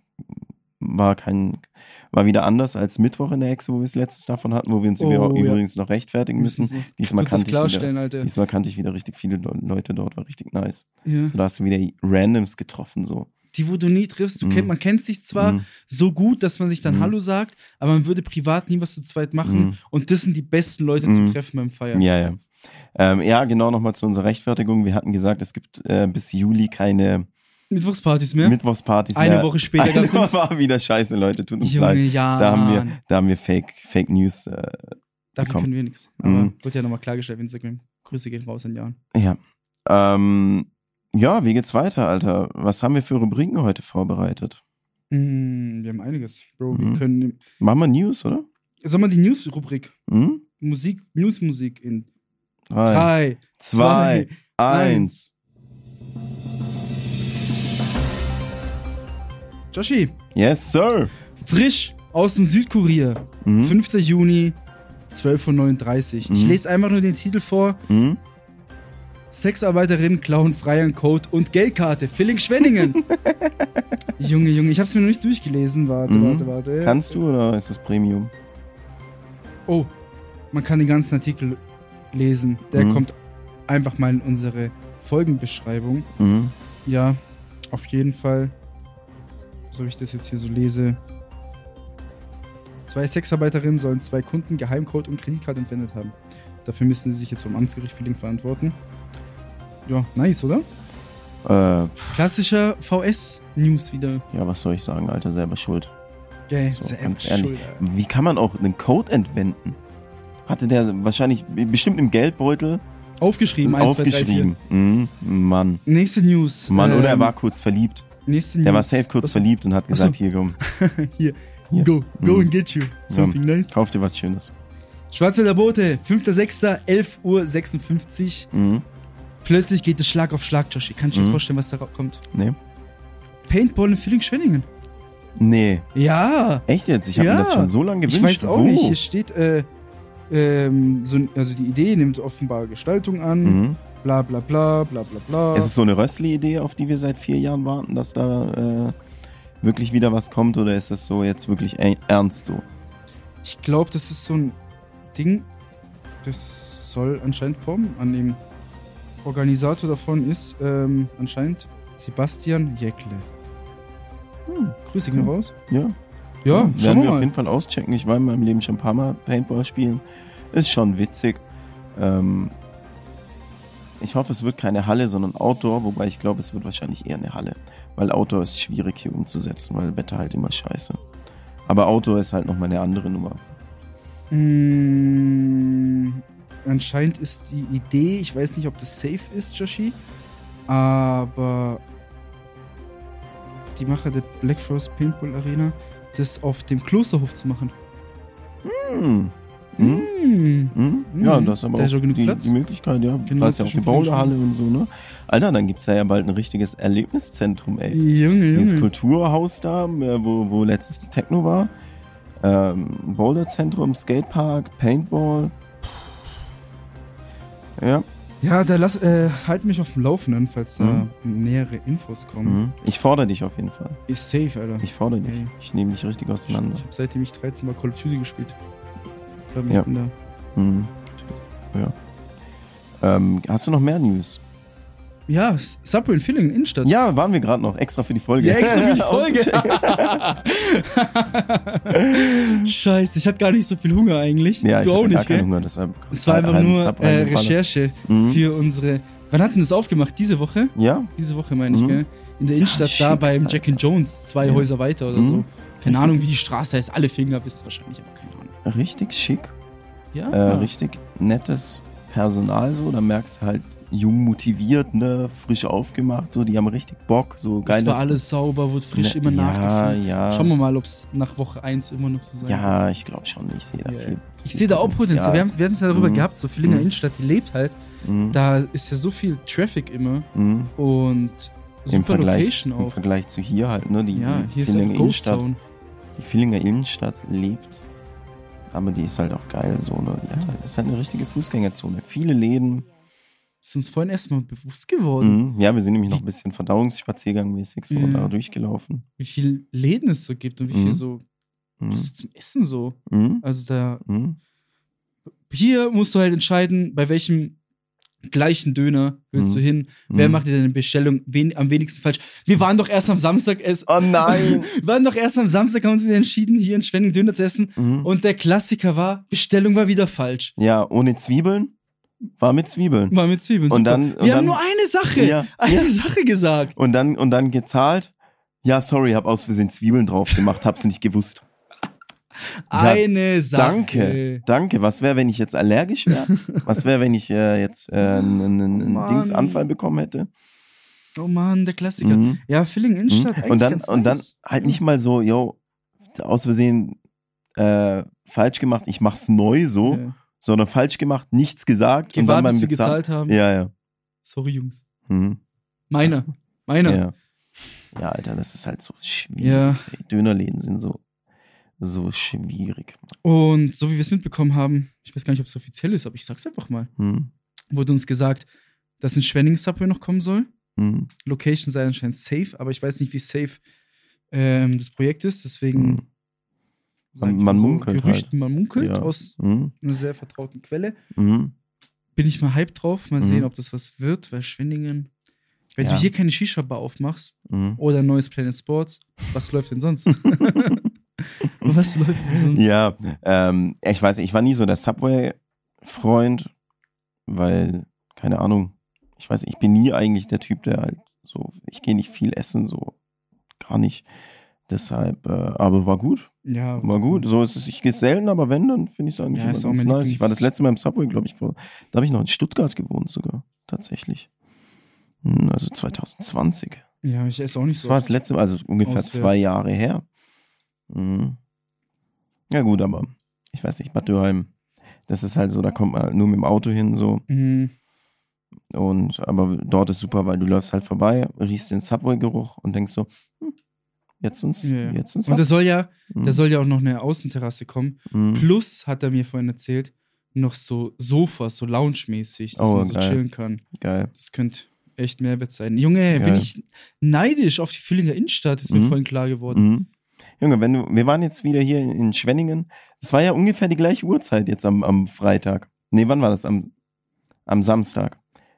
War kein, war wieder anders als Mittwoch in der Echse, wo wir es letztes davon hatten, wo wir uns Oh, über, ja. übrigens noch rechtfertigen müssen. Sie Diesmal kurz das kannte, ich wieder, klarstellen, Alter. diesmal kannte ich wieder richtig viele Le- Leute dort, war richtig nice. Ja. So, da hast du wieder Randoms getroffen, so. Die, wo du nie triffst, du Mhm. kennt, man kennt sich zwar Mhm. so gut, dass man sich dann Mhm. Hallo sagt, aber man würde privat nie was zu zweit machen. Mhm. Und das sind die besten Leute zum Mhm. Treffen beim Feiern. Ja, ja. Ähm, ja, genau, nochmal zu unserer Rechtfertigung. Wir hatten gesagt, es gibt äh, bis Juli keine Mittwochspartys mehr. Mittwochspartys Eine mehr. Woche später Eine gab's Woche war wieder scheiße, Leute, tut uns leid. Junge, ja. Da haben wir, Mann. da haben wir Fake, Fake News. Äh, Dafür bekommen. können wir nichts. Aber Mhm. wird ja nochmal klargestellt auf Instagram. Grüße gehen raus an Jan. ja. Ähm, ja, wie geht's weiter, Alter? Was haben wir für Rubriken heute vorbereitet? Mm, wir haben einiges, Bro. Wir Mhm. können. Machen wir News, oder? Sag mal die News-Rubrik. Hm? Musik, News-Musik in Drei, drei, zwei, eins. Joshi, Yes, sir. frisch aus dem Südkurier. Mhm. fünfter Juni, zwölf Uhr neununddreißig. Ich Mhm. lese einfach nur den Titel vor. Mhm. Sexarbeiterinnen klauen freien Code und Geldkarte. Filling Schwenningen. Junge, Junge, ich hab's mir noch nicht durchgelesen. Warte, Mhm. warte, warte. Kannst du oder ist das Premium? Oh, man kann den ganzen Artikel lesen. Der Mhm. kommt einfach mal in unsere Folgenbeschreibung. Mhm. Ja, auf jeden Fall. So wie ich das jetzt hier so lese. Zwei Sexarbeiterinnen sollen zwei Kunden Geheimcode und Kreditkarte entwendet haben. Dafür müssen sie sich jetzt vom Amtsgericht Filling verantworten. Ja, nice, oder? Äh, pff, Klassischer V S-News wieder. ja, was soll ich sagen, Alter, selber schuld. Gell, So, selbst ganz ehrlich. schuld, Alter. Wie kann man auch einen Code entwenden? Hatte der wahrscheinlich bestimmt im Geldbeutel Aufgeschrieben, eins, zwei, drei, aufgeschrieben. Mhm, Mann. vier. Nächste News. Mann, ähm, oder er war kurz verliebt. Nächste News. Der war safe kurz Was- verliebt und hat Achso. gesagt, hier komm, Hier. Hier. Go, go Mhm. and get you. Something nice. kauf dir was Schönes. Schwarzwälder Bote, fünfter sechster, elf Uhr sechsundfünfzig. Mhm. Plötzlich geht es Schlag auf Schlag, Joshi. Kannst du dir Mhm. vorstellen, was da kommt? Nee. Paintball in Villingen-Schwenningen. Nee. Ja. Echt jetzt? Ich habe Ja. mir das schon so lange gewünscht. Ich weiß auch Wo? nicht. Hier steht, äh, ähm, so, also die Idee nimmt offenbar Gestaltung an. Mhm. Bla bla bla bla bla bla. Ist es so eine Rössli-Idee, auf die wir seit vier Jahren warten, dass da äh, wirklich wieder was kommt? Oder ist das so jetzt wirklich e- ernst so? Ich glaube, das ist so ein Ding, das soll anscheinend Form annehmen. Organisator davon ist ähm, anscheinend Sebastian Jäckle. Hm, Grüße gehen raus. Ja. Ja, ja schauen werden wir wir mal. auf jeden Fall auschecken. Ich war in meinem Leben schon ein paar Mal Paintball spielen. Ist schon witzig. Ähm, ich hoffe, es wird keine Halle, sondern Outdoor, wobei ich glaube, es wird wahrscheinlich eher eine Halle. Weil Outdoor ist schwierig hier umzusetzen, weil Wetter halt immer scheiße. Aber Outdoor ist halt nochmal eine andere Nummer. Mm, anscheinend ist die Idee, ich weiß nicht, ob das safe ist, Joshi, aber die Macher der Black Forest Paintball Arena, das auf dem Klosterhof zu machen. Hm. Hm. Mm. Hm? Ja, Mhm. das ist aber Da auch ist auch genug die, Platz. die Möglichkeit, ja. Genau, Da ist ja auch zwischen die Boulderhalle vielen und so, ne? Alter, dann gibt's da ja bald ein richtiges Erlebniszentrum, ey. Junge, Dieses Junge. Kulturhaus da, äh, wo, wo letztes die Techno war. Ähm, Boulderzentrum, Skatepark, Paintball. Ja. Ja, da lass, äh, halt mich auf dem Laufenden, falls da Mhm. nähere Infos kommen. Mhm. Ich fordere dich auf jeden Fall. Ist safe, Alter. Ich fordere dich. Ey. Ich nehme dich richtig auseinander. Ich habe seitdem ich dreizehn war Call of Duty gespielt. Ich glaub, ich Ja. bin da. Mhm. Ja. Ähm, hast du noch mehr News? Ja, S- Subway in Villingen, Innenstadt. Ja, waren wir gerade noch. Extra für die Folge. Ja, extra für die Folge. Scheiße, ich hatte gar nicht so viel Hunger eigentlich. Ja, ich du auch hatte nicht, gar keinen gell? Hunger. Deshalb Es war einfach halben nur Sub äh, reingeballert. Recherche Mhm. für unsere. Wann hatten wir das aufgemacht? Diese Woche? Ja? Diese Woche meine ich, Mhm. gell? In der Innenstadt, Ja, da schick, beim Alter. Jack and Jones, zwei Ja. Häuser weiter oder Mhm. so. Keine Richtig. Ahnung, wie die Straße heißt. Alle Finger wisst ihr wahrscheinlich, aber keine Ahnung. Richtig schick. Ja, Äh, richtig nettes Personal so. Da merkst du halt jung motiviert, ne? Frisch aufgemacht. So, die haben richtig Bock. So geil. es war dass- alles sauber, wurde frisch Ne, immer ja, nachgefüllt. ja. Schauen wir mal, ob es nach Woche eins immer noch so sein wird. Ja, ich glaube schon. Ich sehe da Ja, viel. Ich viel sehe da auch Potenzial. Wir, haben, wir hatten es ja darüber Mhm. gehabt, so Villinger Mhm. Innenstadt, die lebt halt. Mhm. Da ist ja so viel Traffic immer Mhm. und Im super Vergleich, Location Im auch. Vergleich zu hier halt, ne? Die, Ja, die hier ist Villinger halt Ghost Innenstadt. Town. Die Villinger Innenstadt lebt. Aber die ist halt auch geil, so, ne? Die hat halt, ist halt eine richtige Fußgängerzone. Viele Läden. Ist uns vorhin erstmal bewusst geworden, Mhm. Ja, wir sind nämlich noch ein bisschen Verdauungsspaziergang-mäßig so Ja. da durchgelaufen. wie viele Läden es so gibt und wie Mhm. viel so Mhm. was so zum Essen so. Mhm. Also da, Mhm. hier musst du halt entscheiden, bei welchem gleichen Döner willst Mhm. du hin. Wer Mhm. macht dir deine Bestellung wen, am wenigsten falsch? Wir waren doch erst am Samstag essen. Oh nein! Wir waren doch erst am Samstag, haben uns wieder entschieden, hier in Schwenning Döner zu essen. Mhm. Und der Klassiker war, Bestellung war wieder falsch. Ja, ohne Zwiebeln? War mit Zwiebeln. War mit Zwiebeln. Und super. dann- Wir und haben dann- nur eine Sache. Ja, eine ja. Sache gesagt. Und dann, und dann gezahlt? Ja, sorry, hab aus Versehen Zwiebeln drauf gemacht, hab's nicht gewusst. Eine Sache. Danke, danke. Was wäre, wenn ich jetzt allergisch wäre? Was wäre, wenn ich äh, jetzt äh, einen, einen, einen Mann. Dingsanfall bekommen hätte? Oh Mann, der Klassiker. Mhm. Ja, Villing Innenstadt. Mhm. eigentlich Und dann, ganz und dann nice. halt nicht mal so, yo, aus Versehen äh, falsch gemacht, ich mach's neu so, Ja. sondern falsch gemacht, nichts gesagt und dann Gewartet, bis beim wir Bezahlen. gezahlt haben. Ja, ja. Sorry, Jungs. Mhm. Meiner. Meiner. Ja. Ja, Alter, das ist halt so schwierig. Ja. Ey, Dönerläden sind so, so schwierig. Und so wie wir es mitbekommen haben, ich weiß gar nicht, ob es offiziell ist, aber ich sag's einfach mal, Hm. wurde uns gesagt, dass ein Schwenning Subway noch kommen soll. Hm. Location sei anscheinend safe, aber ich weiß nicht, wie safe ähm, das Projekt ist, deswegen Hm. sag ich Man- mal man munkelt Gerüchten, halt. man munkelt Ja. aus Hm. einer sehr vertrauten Quelle. Hm. Bin ich mal hyped drauf, mal Mhm. sehen, ob das was wird, weil Schwenningen, wenn Ja. du hier keine Shisha-Bar aufmachst Hm. oder ein neues Planet Sports, was läuft denn sonst? Was läuft denn sonst? Ja, ähm, ich weiß nicht, ich war nie so der Subway-Freund, weil, keine Ahnung, ich weiß nicht, ich bin nie eigentlich der Typ, der halt so, ich gehe nicht viel essen, so gar nicht. Deshalb, äh, aber war gut, Ja, war gut. So ist es, ich gehe selten, aber wenn, dann finde ich es eigentlich Ja, immer ist auch ganz mein nice. Lieblings- Ich war das letzte Mal im Subway, glaube ich, vor, da habe ich noch in Stuttgart gewohnt sogar, tatsächlich. Hm, Also zwanzig zwanzig. Ja, ich esse auch nicht Das so. war das letzte Mal, also ungefähr Auswärts. zwei Jahre her. Mhm. Ja gut, aber ich weiß nicht, Bad Dürheim, das ist halt so, da kommt man halt nur mit dem Auto hin so. Mhm. Und aber dort ist super, weil du läufst halt vorbei, riechst den Subway-Geruch und denkst so, hm, jetzt ins, Ja. jetzt ins Und da soll ja, Mhm. da soll ja auch noch eine Außenterrasse kommen. Mhm. Plus, hat er mir vorhin erzählt, noch so Sofas, so Lounge-mäßig, dass Oh, man so geil. chillen kann. Geil. Das könnte echt Mehrwert sein. Junge, bin Geil. ich neidisch auf die Villinger Innenstadt, ist mir Mhm. vorhin klar geworden. Mhm. Junge, wenn du, wir waren jetzt wieder hier in, in Schwenningen, Das war ja ungefähr die gleiche Uhrzeit jetzt am, am Freitag. Nee, wann war das? Am, am Samstag.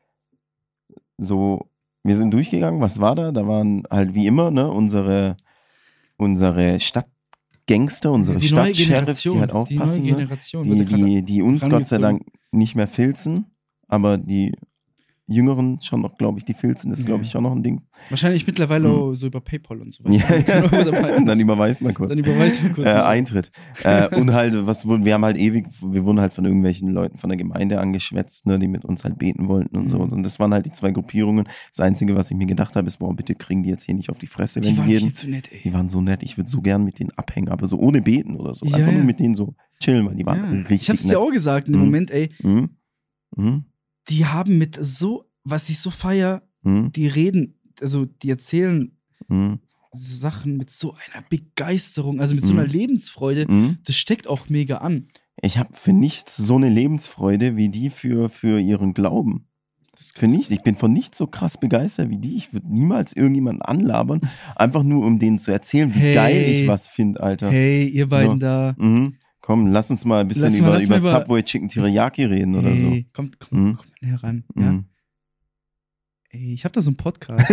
So, wir sind durchgegangen, was war da? Da waren halt wie immer, ne, unsere, unsere Stadtgangster, unsere Die neue Stadtsheriffs, die halt Generation, die neue aufpassen, ne? Generation. die, wird gerade die, die uns Gott sei rangezogen. Dank nicht mehr filzen, aber die Jüngeren schon noch, glaube ich, die filzen, ist, glaube ich, schon noch ein Ding. Wahrscheinlich mittlerweile Hm. auch so über PayPal und sowas. Ja. Dann Dann überweist man kurz. Dann überweist man kurz. Äh, Eintritt. äh, und halt, was wurden, wir haben halt ewig, wir wurden halt von irgendwelchen Leuten von der Gemeinde angeschwätzt, ne, die mit uns halt beten wollten und so. Mhm. Und das waren halt die zwei Gruppierungen. Das Einzige, was ich mir gedacht habe, ist, boah, bitte kriegen die jetzt hier nicht auf die Fresse, wenn die die, waren jeden. viel zu nett, ey. Die waren so nett, ich würde so gern mit denen abhängen, aber so ohne beten oder so. Ja, Einfach ja. nur mit denen so chillen, weil die waren Ja. richtig Ich hab's nett. dir auch gesagt in dem Mhm. Moment, ey. Mhm. Mhm. Die haben mit so, was ich so feier, Mhm. die reden, also die erzählen Mhm. Sachen mit so einer Begeisterung, also mit so Mhm. einer Lebensfreude. Mhm. Das steckt auch mega an. Ich habe für nichts so eine Lebensfreude wie die für, für ihren Glauben. Das ist Für nichts. Ich bin von nichts so krass begeistert wie die. Ich würde niemals irgendjemanden anlabern, einfach nur um denen zu erzählen, wie Hey. geil ich was finde, Alter. Hey, ihr beiden So. da. Mhm. Komm, lass uns mal ein bisschen Lass mal- über, lass über mal über- Subway Chicken Teriyaki reden oder so. Hey, kommt, kommt, Mhm. kommt mal heran. Ja? Mhm. Ey, ich hab da so einen Podcast.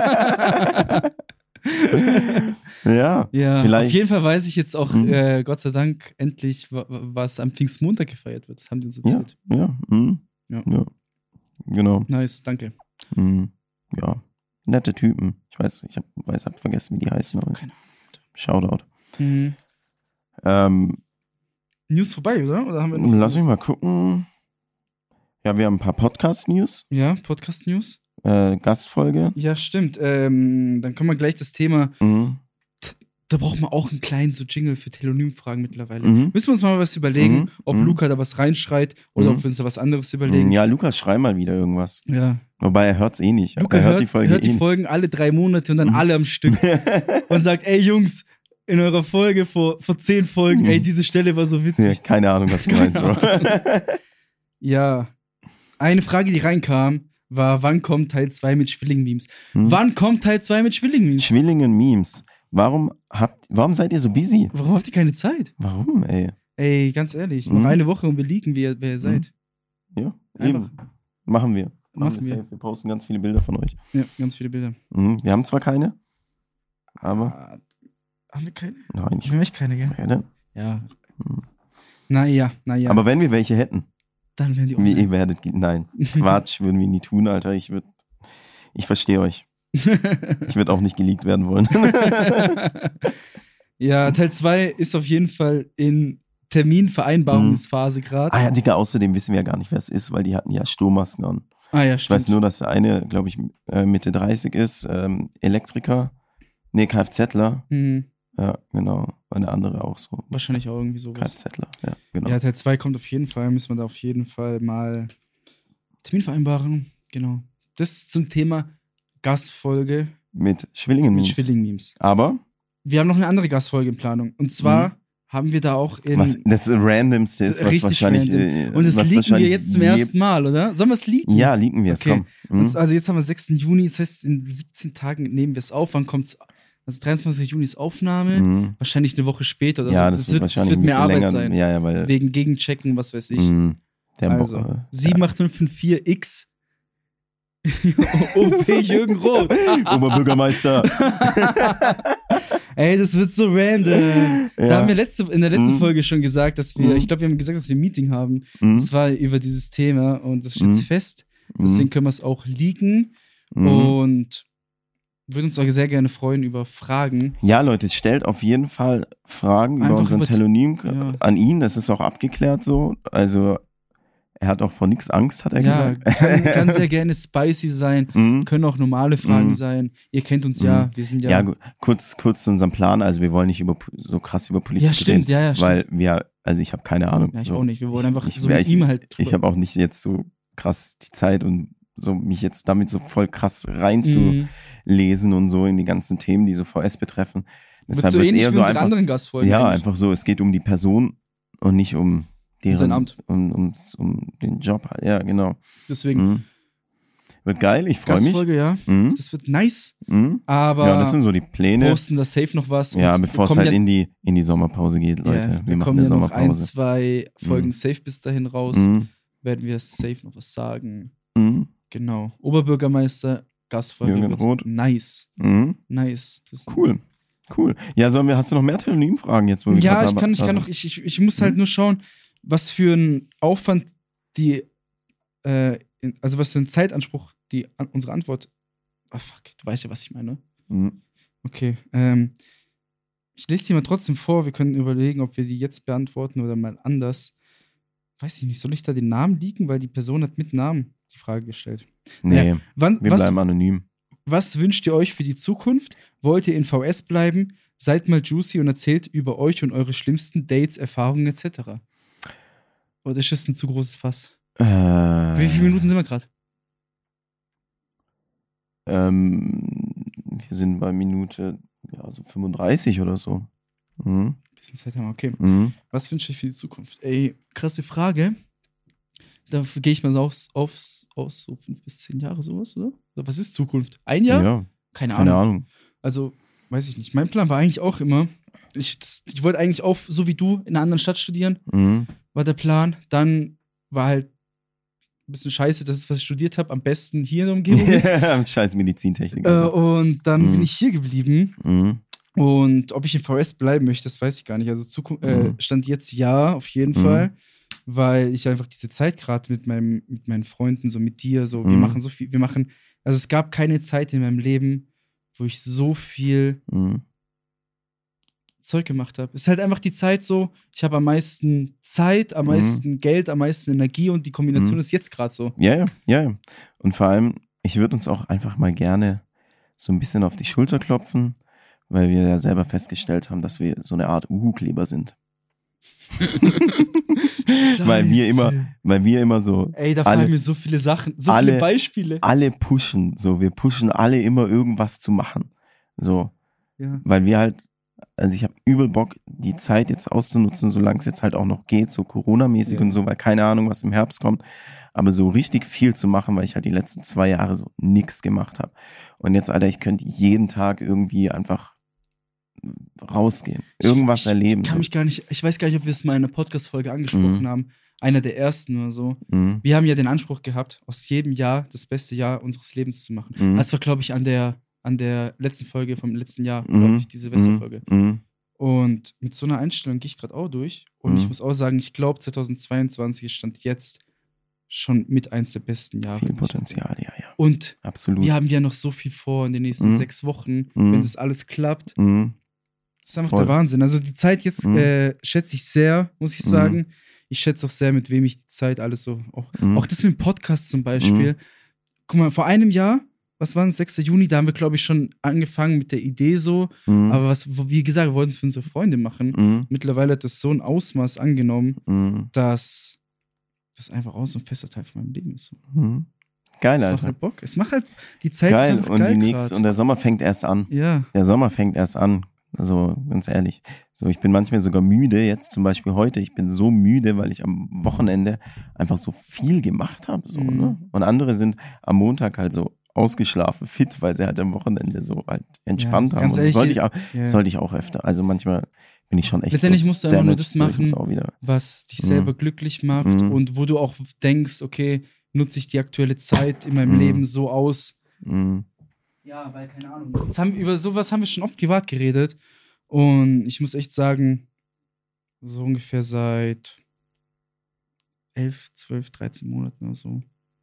Ja, Ja, vielleicht. auf jeden Fall weiß ich jetzt auch, Mhm. äh, Gott sei Dank, endlich, wa- wa- was am Pfingstmontag gefeiert wird. Das haben die uns Ja, erzählt. ja, mhm. Ja. ja. Genau. Nice, danke. Mhm. Ja, nette Typen. Ich weiß, ich hab, weiß, hab vergessen, wie die heißen. Aber Keine Shoutout. Mhm. Ähm, News vorbei, oder? Oder haben wir noch? lass mich mal gucken. Ja, wir haben ein paar Podcast-News. Ja, Podcast-News. Äh, Gastfolge. Ja, stimmt. Ähm, dann kommen wir gleich das Thema. Mhm. Da braucht man auch einen kleinen so Jingle für Telonym-Fragen mittlerweile. Mhm. Müssen wir uns mal was überlegen, Mhm. ob Mhm. Luca da was reinschreit oder Mhm. ob wir uns da was anderes überlegen. Ja, Lukas, schrei mal wieder irgendwas. Ja. Wobei er hört's eh nicht. Luca er hört, hört die Folge hört die eh Folgen alle drei Monate und dann Mhm. alle am Stück nicht. und sagt, ey Jungs, in eurer Folge vor, vor zehn Folgen, Mhm. ey, diese Stelle war so ja, witzig. keine Ahnung, was du Keine meinst, Bro. Ja. Eine Frage, die reinkam, war, wann kommt Teil zwei mit Schwilling-Memes? Hm? Wann kommt Teil zwei mit Schwilling-Memes? Schwillingen-Memes. Warum habt, warum seid ihr so busy? Warum habt ihr keine Zeit? Warum, ey? Ey, ganz ehrlich, Mhm. noch eine Woche und wir liegen, wer, wer ihr seid. Ja, Einfach. eben. Machen wir. Machen wir. safe. Wir posten ganz viele Bilder von euch. Ja, ganz viele Bilder. Mhm. Wir haben zwar keine, aber Ah, haben wir keine? nein, Ich will echt keine, gell? keine. Ja. Mhm. Naja, naja. Aber wenn wir welche hätten, dann werden die wie online. ihr werdet, nein, Quatsch, würden wir nie tun, Alter. Ich würde, ich verstehe euch. Ich würde auch nicht geleakt werden wollen. Ja, Teil zwei ist auf jeden Fall in Terminvereinbarungsphase gerade. ah ja, Digga, außerdem wissen wir ja gar nicht, wer es ist, weil die hatten ja Sturmmasken an. Ah ja, Ich weiß stimmt. nur, dass der eine, glaube ich, äh, Mitte dreißig ist, ähm, Elektriker, nee, Kfzler. Hm, Ja, genau. Und der andere auch so. wahrscheinlich auch irgendwie sowas. Kfzler, ja, genau. Ja, Teil zwei kommt auf jeden Fall, müssen wir da auf jeden Fall mal Termin vereinbaren. Genau. Das zum Thema Gastfolge Mit Schwillingen. mit Schwilling-Memes. Aber, Wir haben noch eine andere Gastfolge in Planung. Und zwar haben wir da auch in. was das Randomste ist, Das ist was richtig wahrscheinlich. random. Äh, Und das was leaken wir wahrscheinlich jetzt zum je- ersten Mal, oder? Sollen wir es leaken? Ja, leaken wir es, Okay. komm. Mhm. Und, also jetzt haben wir sechsten Juni, das heißt, in siebzehn Tagen nehmen wir es auf. Wann kommt's? Also dreiundzwanzigsten Juni ist Aufnahme. Mhm. Wahrscheinlich eine Woche später oder Ja, so. das, wird wahrscheinlich das wird ein mehr bisschen Arbeit länger sein. Ja, ja, weil. Wegen Gegenchecken, was weiß ich. Mhm. Der Also, Bo- äh, sieben acht null fünf vier X O P Jürgen Roth. Oberbürgermeister. Ey, das wird so random. Da Ja. haben wir letzte, in der letzten Mhm. Folge schon gesagt, dass wir, Mhm. ich glaube, wir haben gesagt, dass wir ein Meeting haben. Mhm. Das war über dieses Thema und das steht Mhm. jetzt fest. Deswegen können wir es auch leaken Mhm. und würden uns auch sehr gerne freuen über Fragen. Ja, Leute, stellt auf jeden Fall Fragen über Einfach unseren über- Telonym ja. an ihn. Das ist auch abgeklärt so. Also, er hat auch vor nichts Angst, hat er Ja, gesagt. kann, kann sehr gerne spicy sein, Mhm. können auch normale Fragen Mhm. sein. Ihr kennt uns ja, Mhm. wir sind ja. Ja, gu- kurz, kurz zu unserem Plan. Also, wir wollen nicht über, so krass über Politik Ja, stimmt, reden, ja, ja, stimmt. weil wir, also ich habe keine Ahnung. Ja, ich so. auch nicht. Wir wollen einfach ich, so ich, mit ich, ihm halt Ich drüber- habe auch nicht jetzt so krass die Zeit und so mich jetzt damit so voll krass reinzulesen Mhm. und so in die ganzen Themen, die so V S betreffen. Wird Deshalb so wird's ähnlich eher wie so unsere einfach, anderen Gastfolgen. ja, eigentlich. einfach so, es geht um die Person und nicht um deren, sein Amt. Um, um, um den Job halt. Ja, genau. Deswegen. Mhm. Wird geil, ich freue mich. Gastfolge, ja. Mhm. Das wird nice. Mhm. Aber Ja, das sind so die Pläne. posten da safe noch was. Ja, und bevor es wir kommen halt ja, in die, in die Sommerpause geht, Leute. ja, wir, wir machen kommen eine ja noch ein, Sommerpause. zwei Folgen Mhm. safe bis dahin raus. Mhm. Werden wir safe noch was sagen. Mhm. Genau. Oberbürgermeister, Gastfolge Jürgen wird Roth. nice. Mhm. Nice. Das Cool. Cool. Ja, sollen wir, hast du noch mehr Telonym-Fragen jetzt? Wo wir Ja, grad ich da- kann, ich da kann sind? noch, ich, ich, ich muss halt Mhm. nur schauen, was für ein Aufwand die, äh, in, also was für ein Zeitanspruch die an, unsere Antwort. Ah, fuck, du weißt ja, was ich meine. Mhm. Okay, ähm, ich lese die mal trotzdem vor. Wir können überlegen, ob wir die jetzt beantworten oder mal anders. Weiß ich nicht, soll ich da den Namen liegen? Weil die Person hat mit Namen die Frage gestellt. Nee, Ja, wann, wir was, bleiben anonym. was wünscht ihr euch für die Zukunft? Wollt ihr in V S bleiben? Seid mal juicy und erzählt über euch und eure schlimmsten Dates, Erfahrungen et cetera. Oder ist das ein zu großes Fass? Äh, Wie viele Minuten sind wir gerade? Ähm, wir sind bei Minute ja, so fünfunddreißig oder so. Mhm. Bisschen Zeit haben wir, okay. Mhm. Was wünsche ich für die Zukunft? Ey, krasse Frage. Dafür gehe ich mal so aufs, aufs, aus, so fünf bis zehn Jahre sowas, oder? Oder was ist Zukunft? Ein Jahr? Ja, Keine, keine Ahnung. Ahnung. Also, weiß ich nicht. Mein Plan war eigentlich auch immer, ich, ich wollte eigentlich auch, so wie du, in einer anderen Stadt studieren, Mhm. war der Plan. Dann war halt ein bisschen scheiße, dass es, was ich studiert habe, am besten hier in der Umgebung ist. Scheiß Medizintechnik. äh, Alter. und dann Mhm. bin ich hier geblieben. Mhm. Und ob ich in V S bleiben möchte, das weiß ich gar nicht. Also Zukunft, äh, Mhm. Stand jetzt ja, auf jeden Mhm. Fall. Weil ich einfach diese Zeit gerade mit meinem, mit meinen Freunden, so mit dir, so, wir Mhm. machen so viel, wir machen, also es gab keine Zeit in meinem Leben, wo ich so viel Mhm. Zeug gemacht habe. Es ist halt einfach die Zeit so, ich habe am meisten Zeit, am Mhm. meisten Geld, am meisten Energie und die Kombination Mhm. ist jetzt gerade so. Ja, ja, ja, ja. Und vor allem, ich würde uns auch einfach mal gerne so ein bisschen auf die Schulter klopfen, weil wir ja selber festgestellt haben, dass wir so eine Art Uhu-Kleber sind. Weil wir immer, Scheiße. weil wir immer so Ey, da alle- fallen mir so viele Sachen, so alle- viele Beispiele. alle pushen, so wir pushen alle immer irgendwas zu machen. So, Ja. weil wir halt, also ich habe übel Bock, die Zeit jetzt auszunutzen, solange es jetzt halt auch noch geht, so Corona-mäßig Ja. und so, weil keine Ahnung, was im Herbst kommt, aber so richtig viel zu machen, weil ich halt die letzten zwei Jahre so nix gemacht habe. Und jetzt, Alter, ich könnte jeden Tag irgendwie einfach rausgehen, irgendwas ich, erleben. Ich kann so. mich gar nicht, ich weiß gar nicht, ob wir es mal in einer Podcast-Folge angesprochen Mhm. haben. Einer der ersten oder so. Mhm. Wir haben ja den Anspruch gehabt, aus jedem Jahr das beste Jahr unseres Lebens zu machen. Mhm. Das war, glaube ich, an der, an der letzten Folge vom letzten Jahr, Mhm. glaube ich, die Silvesterfolge. Mhm. Und mit so einer Einstellung gehe ich gerade auch durch. Und Mhm. ich muss auch sagen, ich glaube, zweitausendzweiundzwanzig stand jetzt schon mit eins der besten Jahre. Viel die ich hatte. Potenzial, ja, ja. Und Absolut. wir haben ja noch so viel vor in den nächsten Mhm. sechs Wochen, Mhm. wenn das alles klappt. Mhm. Das ist einfach Voll. der Wahnsinn. Also die Zeit jetzt Mhm. äh, schätze ich sehr, muss ich Mhm. sagen. Ich schätze auch sehr, mit wem ich die Zeit alles so. Auch, Mhm. auch das mit dem Podcast zum Beispiel. Guck mal, vor einem Jahr, was war es, sechster Juni, da haben wir, glaube ich, schon angefangen mit der Idee so. Mhm. Aber was, wie gesagt, wir wollten es für unsere Freunde machen. Mhm. Mittlerweile hat das so ein Ausmaß angenommen, Mhm. dass das einfach auch so ein fester Teil von meinem Leben ist. So. Mhm. Geil, Es macht Alter. halt Bock. Es macht halt, die Zeit ist Geil. einfach Und geil die nächste, grad. und der Sommer fängt erst an. Ja. Der Sommer fängt erst an. Also ganz ehrlich. So, ich bin manchmal sogar müde, jetzt zum Beispiel heute. Ich bin so müde, weil ich am Wochenende einfach so viel gemacht habe. So, Mhm. ne? Und andere sind am Montag halt so ausgeschlafen, fit, weil sie halt am Wochenende so halt entspannt Ja, haben. ganz Und ehrlich, sollte, ich auch, Ja. sollte ich auch öfter. Also manchmal bin ich schon echt Letztendlich so musst du einfach nur damaged, das so, ich muss machen, auch wieder. was dich Mhm. selber glücklich macht Mhm. und wo du auch denkst, okay, nutze ich die aktuelle Zeit in meinem Mhm. Leben so aus. Mhm. Ja, weil, keine Ahnung. Das haben, über sowas haben wir schon oft privat geredet. Und ich muss echt sagen, so ungefähr seit elf, zwölf, dreizehn Monaten oder so.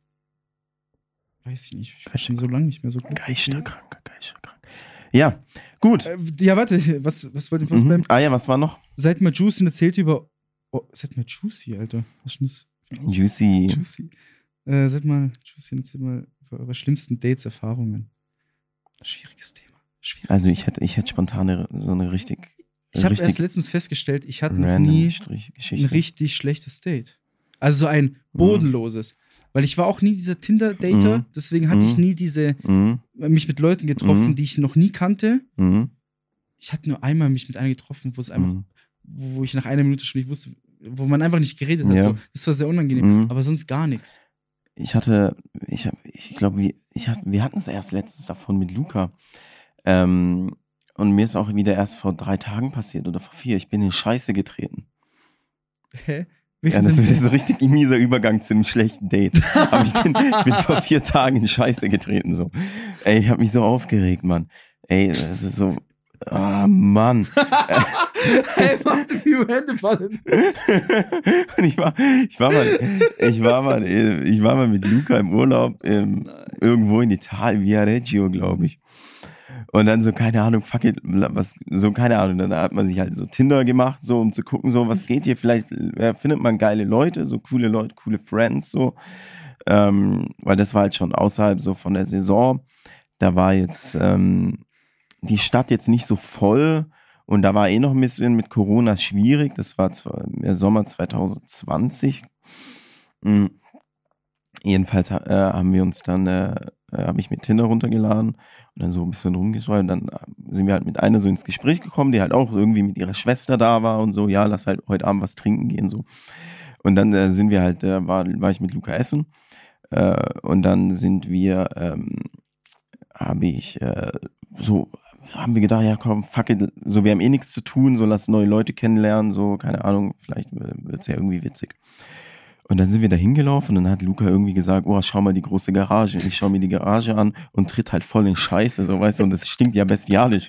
Weiß ich nicht. Ich war schon so lange nicht mehr so glücklich. Geisterkrank, geisterkrank. Ja, gut. Äh, ja, warte, was, was wollte ich was Mhm. bleiben? Ah ja, was war noch? Seid mal Juicy und erzählt über. Oh, seid mal Juicy, Alter. Was ist denn das? Juicy. Juicy. Äh, seid mal Juicy und erzählt mal über eure schlimmsten Dates, Erfahrungen. Schwieriges Thema. Schwieriges Also ich Thema. hätte, ich hätte spontan eine, so eine richtig, Ich habe erst richtig letztens festgestellt, ich hatte noch random nie Strich- ein Geschichte. richtig schlechtes Date. Also so ein bodenloses. Weil ich war auch nie dieser Tinder-Dater, Mhm. deswegen hatte ich Mhm. nie diese, Mhm. mich mit Leuten getroffen, Mhm. die ich noch nie kannte. Mhm. Ich hatte nur einmal mich mit einer getroffen, wo es einfach, Mhm. wo ich nach einer Minute schon nicht wusste, wo man einfach nicht geredet hat. Ja. So. Das war sehr unangenehm. Mhm. Aber sonst gar nichts. ich hatte, ich, ich glaube, wir, ich hat, wir hatten es erst letztens davon mit Luca. Ähm, und mir ist auch wieder erst vor drei Tagen passiert oder vor vier. Ich bin in Scheiße getreten. Hä? Ja, das ist so ein richtig mieser Übergang zu einem schlechten Date. Aber ich bin, ich bin vor vier Tagen in Scheiße getreten, so. Ey, ich hab mich so aufgeregt, Mann. Ey, das ist so, ah, Mann. Hey, warte, wie Hände fallen. Und ich war, ich war mal, ich war mal, ich war mal mit Luca im Urlaub, im, irgendwo in Italien, Via Reggio, glaube ich. Und dann so, keine Ahnung, fuck it, was, so, keine Ahnung, dann hat man sich halt so Tinder gemacht, so, um zu gucken, so, was geht hier, vielleicht ja, findet man geile Leute, so coole Leute, coole Friends, so, ähm, weil das war halt schon außerhalb so von der Saison, da war jetzt, ähm, die Stadt jetzt nicht so voll und da war eh noch ein bisschen mit Corona schwierig, das war zwar im Sommer zwanzig zwanzig, mhm. Jedenfalls äh, haben wir uns dann, äh, habe ich mir Tinder runtergeladen und dann so ein bisschen rumgeswiped und dann sind wir halt mit einer so ins Gespräch gekommen, die halt auch irgendwie mit ihrer Schwester da war und so, ja, lass halt heute Abend was trinken gehen, so. Und dann äh, sind wir halt, äh, war, war ich mit Luca essen äh, und dann sind wir, ähm, habe ich äh, so, haben wir gedacht, ja komm, fuck it, so, wir haben eh nichts zu tun, so, lass neue Leute kennenlernen, so, keine Ahnung, vielleicht wird es ja irgendwie witzig. Und dann sind wir da hingelaufen und dann hat Luca irgendwie gesagt, oh, schau mal die große Garage. Und ich schau mir die Garage an und tritt halt voll in Scheiße, so, weißt du, und das stinkt ja bestialisch.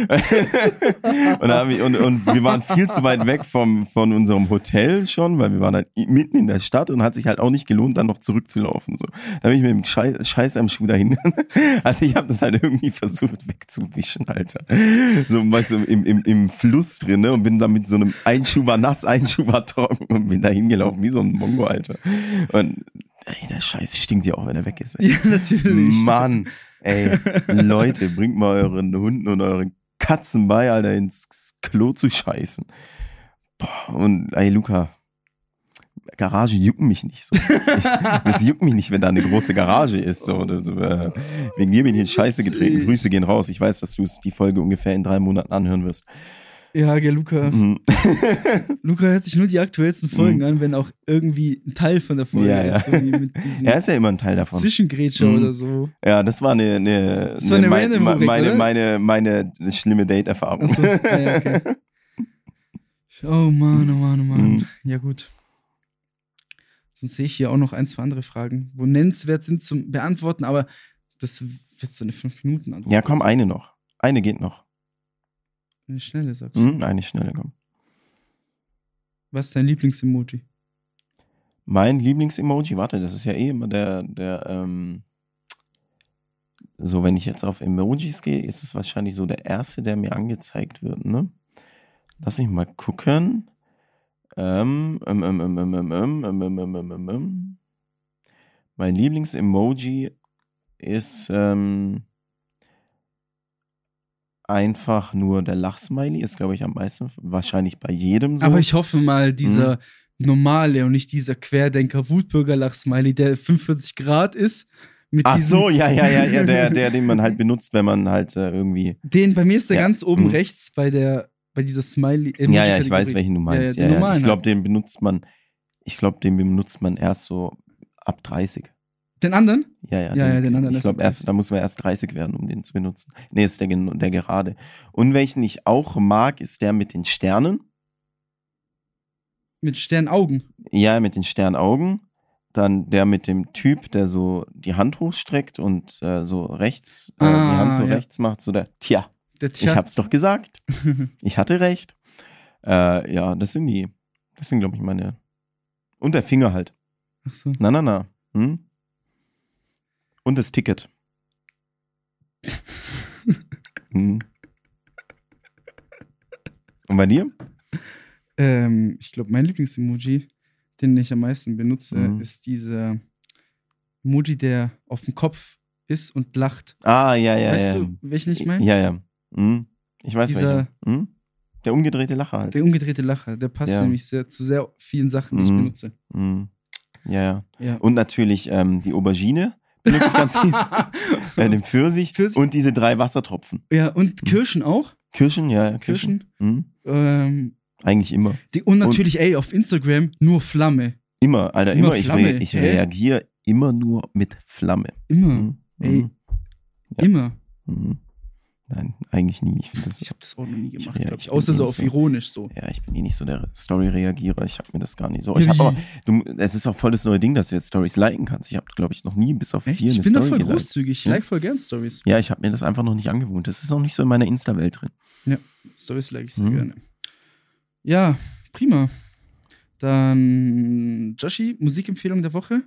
und, dann haben wir, und, und wir waren viel zu weit weg vom, von unserem Hotel schon, weil wir waren halt mitten in der Stadt und hat sich halt auch nicht gelohnt, dann noch zurückzulaufen, so. Da bin ich mit dem Scheiß, Scheiß am Schuh dahin. Also ich habe das halt irgendwie versucht wegzuwischen, Alter. So, weißt du, im, im, im Fluss drin, ne, und bin da mit so einem, ein Schuh war nass, ein Schuh war trocken und bin da hingelaufen, wie so ein Mongo, Alter. Und ey, der Scheiß stinkt ja auch, wenn er weg ist. Ey. Ja, natürlich. Mann, ey, Leute, bringt mal euren Hunden und euren Katzen bei, Alter, ins Klo zu scheißen. Boah, und ey, Luca, Garage juckt mich nicht so. Es juckt mich nicht, wenn da eine große Garage ist. So. Äh, wegen dir bin ich in Scheiße getreten. Grüße gehen raus. Ich weiß, dass du die Folge ungefähr in drei Monaten anhören wirst. Ja, gell, Luca. Mhm. Luca hört sich nur die aktuellsten Folgen Mhm. an, wenn auch irgendwie ein Teil von der Folge Ja, ja. ist. So wie mit diesem Er ist ja immer ein Teil davon. Zwischengrätscher Mhm. oder so. Ja, das war eine, eine, Das war eine meine, random Rubrik, meine, oder? meine, meine, meine schlimme Date-Erfahrung. Achso, ja, ja, okay. Oh Mann, oh Mann, oh Mann. Mhm. Ja, gut. Sonst sehe ich hier auch noch ein, zwei andere Fragen, wo nennenswert sind zum Beantworten, aber das wird so eine fünf Minuten Antwort. Ja, komm, eine noch. Eine geht noch. Eine schnelle, sagst du. Mhm, eine schnelle, komm. Was ist dein Lieblings-Emoji? Mein Lieblings-Emoji, warte, das ist ja eh immer der, der, ähm, so, wenn ich jetzt auf Emojis gehe, ist es wahrscheinlich so der erste, der mir angezeigt wird, ne? Lass mich mal gucken. Ähm, ähm, ähm, ähm, ähm, ähm, ähm, ähm, ähm, ähm, ähm, ähm. Mein Lieblings-Emoji ist, ähm, einfach nur der Lachsmiley, ist, glaube ich, am meisten, wahrscheinlich bei jedem so. Aber ich hoffe mal, dieser normale und nicht dieser Querdenker-Wutbürger-Lach-Smiley, der fünfundvierzig Grad ist. Mit Ach diesem, so, ja, ja, ja, ja, der, der, den man halt benutzt, wenn man halt äh, irgendwie. Den, bei mir ist der Ja. ganz oben Mhm. rechts bei der, bei dieser Smiley. Ja, ja, ich weiß, welchen du meinst. Ja, Ja, ja, ja, normalen Ich glaube, halt. den benutzt man, ich glaube, den benutzt man erst so ab dreißig. Den anderen? Ja, ja, Ja, ja, den anderen Ich ist glaube, ab erst, da muss man erst dreißig werden, um den zu benutzen. Nee, ist der, gen- der gerade. Und welchen ich auch mag, ist der mit den Sternen. Mit Sternaugen. Ja, mit den Sternaugen. Dann der mit dem Typ, der so die Hand hochstreckt und äh, so rechts, äh, Ah, die Hand so ja. rechts macht. So der, tja, Der ich hab's doch gesagt. Ich hatte recht. Äh, ja, das sind die. Das sind, glaube ich, meine. Und der Finger halt. Ach so. Na, na, na. Hm? Und das Ticket. hm. Und bei dir? Ähm, ich glaube, mein Lieblings-Emoji, den ich am meisten benutze, Mhm. ist dieser Emoji, der auf dem Kopf ist und lacht. Ah, ja, ja, weißt ja. du, welchen ich meine? Ja, ja. Hm. Ich weiß Dieser- welchen. Hm? Der umgedrehte Lacher halt. Der umgedrehte Lacher, der passt Ja. nämlich sehr, zu sehr vielen Sachen, die ich Mhm. benutze. Hm. Ja, ja. Ja. Und natürlich ähm, die Aubergine benutze ich ganz viel. äh, den Pfirsich, Pfirsich. und diese drei Wassertropfen. Ja, und Kirschen auch. Kirschen, ja, ja, Kirschen. Kirschen. Hm. Ähm, Eigentlich immer. die, und natürlich, ey, auf Instagram nur Flamme. Immer, Alter, Immer immer. Ich, Flamme, re ich hä? reagiere immer nur mit Flamme. Immer. Mhm. Ey, Ja. immer. Mhm. Nein, eigentlich nie. Ich, find das, Ich habe das auch noch nie gemacht, Ich- glaube ich ich. bin Außer eh so nicht auf so. ironisch so. ja, ich bin eh nicht so der Story-Reagierer. Ich habe mir das gar nicht so. Ja, Ich habe wie? aber, du, es ist auch voll das neue Ding, dass du jetzt Stories liken kannst. Ich habe, glaube ich, noch nie bis auf Echt? hier Ich eine bin da Story voll geliked. großzügig. Ich Hm? like voll gern Stories. Ja, ich habe mir das einfach noch nicht angewohnt. Das ist noch nicht so in meiner Insta-Welt drin. Stories like ich sehr Mhm. gerne. Ja, prima. Dann Joshi, Musikempfehlung der Woche.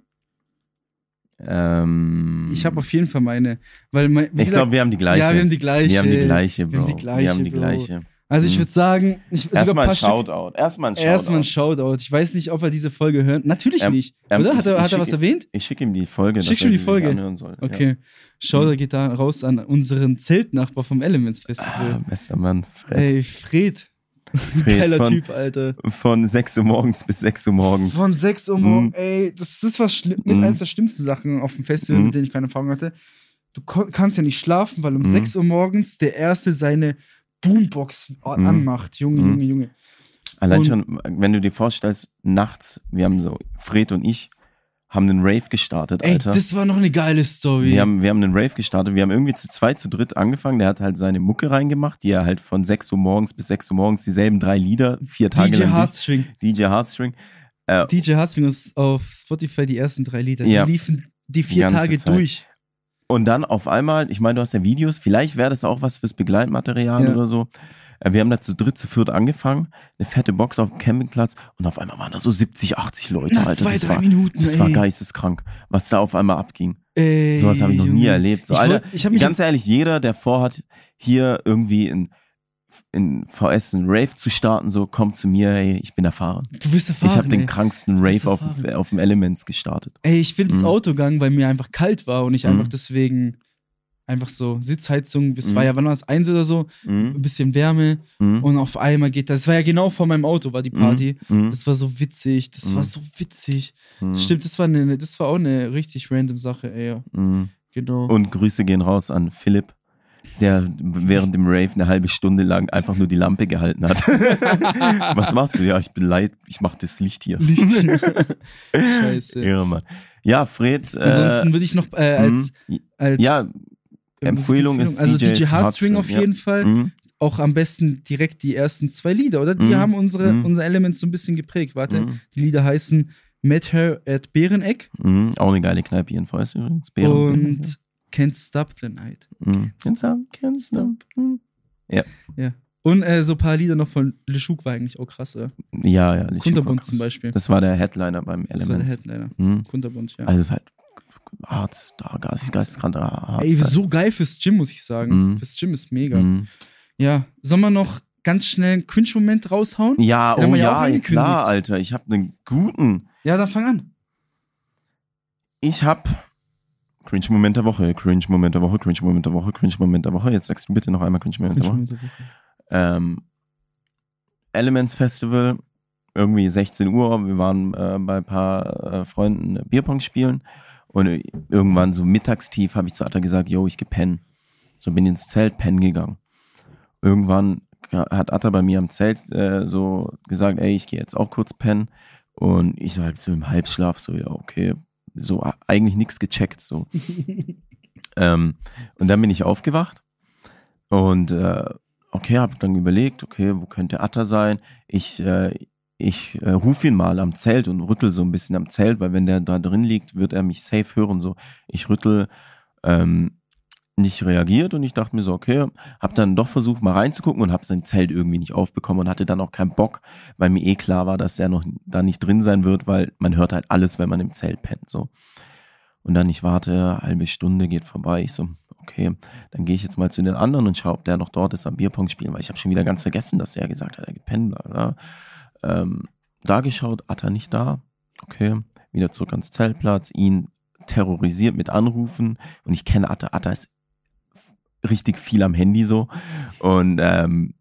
Ähm, Ich habe auf jeden Fall meine. Weil mein, wie ich glaube, wir haben die gleiche. ja, wir haben die gleiche. Wir haben die gleiche, Bro. Wir haben die gleiche, Wir haben die Bro. gleiche. Also ich Mhm. würde sagen, ich, sogar Erstmal ein ein paar Stück- Shoutout. Erstmal ein Shoutout. Erstmal ein Shoutout. Ich weiß nicht, ob er diese Folge hört. Natürlich Ähm, nicht. ähm, Oder? ich- Hat er, ich hat er was schicke- erwähnt? Ich schicke ihm die Folge, Schickst dass du er die sie Folge? sich anhören soll. Okay. Shoutout geht da raus an unseren Zeltnachbar vom Elements Ja. Ah, Festival. bester Mann, Fred. Ey, Fred. Fred Geiler von, Typ, Alter. Von sechs Uhr morgens bis sechs Uhr morgens. Von sechs Uhr morgens, Mhm. ey, das, das war schlimm, mit Mhm. eins der schlimmsten Sachen auf dem Festival, Mhm. mit denen ich keine Erfahrung hatte. Du kon- kannst ja nicht schlafen, weil um Mhm. sechs Uhr morgens der Erste seine Boombox a- Mhm. anmacht. Junge, Mhm. Junge, Junge. Allein Und- schon, wenn du dir vorstellst, nachts, wir haben so, Fred und ich haben einen Rave gestartet, Ey, Alter. das war noch eine geile Story. Wir haben, wir haben einen Rave gestartet. Wir haben irgendwie zu zweit, zu dritt angefangen. Der hat halt seine Mucke reingemacht, die er halt von sechs Uhr morgens bis sechs Uhr morgens dieselben drei Lieder, vier Tage D J lang. durch- Heartstring. D J Heartstring. Äh, D J Heartstring ist auf Spotify die ersten drei Lieder. Ja. Die liefen die vier ganze Tage Zeit. durch. und dann auf einmal, ich meine, du hast ja Videos, vielleicht wäre das auch was fürs Begleitmaterial Ja. oder so. Äh, Wir haben da zu dritt, zu viert angefangen, eine fette Box auf dem Campingplatz und auf einmal waren da so siebzig, achtzig Leute, Nach Alter. zwei, Das drei war, Minuten, das ey. war geisteskrank, was da auf einmal abging. Ey, Sowas habe ich noch nie Junge. erlebt. So, ich Alter, wollt- ich hab mich ganz ehrlich, jeder, der vorhat, hier irgendwie in, in V S einen Rave zu starten, so, kommt zu mir, ey, ich bin erfahren. Du bist erfahren, ich habe den ey. kranksten Du bist Rave auf, erfahren. auf dem Elements gestartet. Ey, ich bin ins Mhm. Auto gegangen, weil mir einfach kalt war und ich Mhm. einfach deswegen einfach so Sitzheizung, es Mhm. war ja, wann war es, eins oder so, ein Mhm. bisschen Wärme Mhm. und auf einmal geht das, das war ja genau vor meinem Auto, war die Party. Mhm. Das war so witzig, das Mhm. war so witzig. Mhm. Stimmt, das war, eine, das war auch eine richtig random Sache, ey, ja. Mhm. Genau. Und Grüße gehen raus an Philipp, der während dem Rave eine halbe Stunde lang einfach nur die Lampe gehalten hat. Was machst du? Ja, ich bin leid, ich mach das Licht hier. Licht. Scheiße. Irre, Mann. Ja, Fred. Ansonsten Äh, würde ich noch äh, als, mhm. als ja, äh, Empfehlung ist also D Js D J Heartstring auf ja. jeden Fall. Mhm. Auch am besten direkt die ersten zwei Lieder, oder? Die Mhm. haben unsere, Mhm. unser Element so ein bisschen geprägt. Warte, Mhm. die Lieder heißen Met Her at Bäreneck Mhm. Auch eine geile Kneipe hier in V S übrigens. Bären, und Can't Stop the Night. Mhm. Can't stop, can't stop. Mhm. Und äh, so ein paar Lieder noch von Le Chouk war eigentlich auch krass, oder? Ja, ja. Lichuk war Kunterbund krass. zum Beispiel. Das war der Headliner beim Das war der Elements. Headliner. Mhm. Kunterbund, ja. Also es ist halt Hardstyle, geistig, geisteskranker Hardstyle. Ey, so geil fürs Gym, muss ich sagen. Mhm. Fürs Gym ist mega. Mhm. Ja, sollen wir noch ganz schnell einen Cringe-Moment raushauen? Ja, Den haben oh wir ja auch ja, ja, angekündigt. klar, Alter. Ich habe einen guten. Ja, dann fang an. Ich habe Cringe-Moment der Woche, Cringe-Moment der Woche, Cringe-Moment der Woche, Cringe-Moment der Woche. Jetzt sagst du bitte noch einmal Cringe-Moment der Woche. Ähm, Elements Festival, irgendwie sechzehn Uhr. Wir waren äh, bei ein paar äh, Freunden Bierpong spielen. Und äh, irgendwann so mittagstief habe ich zu Atta gesagt, yo, ich geh pennen. So bin ins Zelt pennen gegangen. Irgendwann hat Atta bei mir am Zelt äh, so gesagt, ey, ich gehe jetzt auch kurz pennen. Und ich halt so im Halbschlaf so, ja, okay, so a- eigentlich nichts gecheckt. So. ähm, und dann bin ich aufgewacht und äh, okay, habe dann überlegt, okay, wo könnte Atta sein? Ich, äh, ich äh, rufe ihn mal am Zelt und rüttel so ein bisschen am Zelt, weil wenn der da drin liegt, wird er mich safe hören. So, ich rüttel, ähm, nicht reagiert und ich dachte mir so, okay, hab dann doch versucht mal reinzugucken und hab sein Zelt irgendwie nicht aufbekommen und hatte dann auch keinen Bock, weil mir eh klar war, dass er noch da nicht drin sein wird, weil man hört halt alles, wenn man im Zelt pennt, so. Und dann ich warte, halbe Stunde geht vorbei, ich so, okay, dann gehe ich jetzt mal zu den anderen und schaue, ob der noch dort ist am Bierpong spielen, weil ich habe schon wieder ganz vergessen, dass er gesagt hat, er gepennt, bla, bla. Ähm, da geschaut, Atta nicht da, okay, wieder zurück ans Zeltplatz, ihn terrorisiert mit Anrufen und ich kenne Atta, Atta ist richtig viel am Handy so und ähm,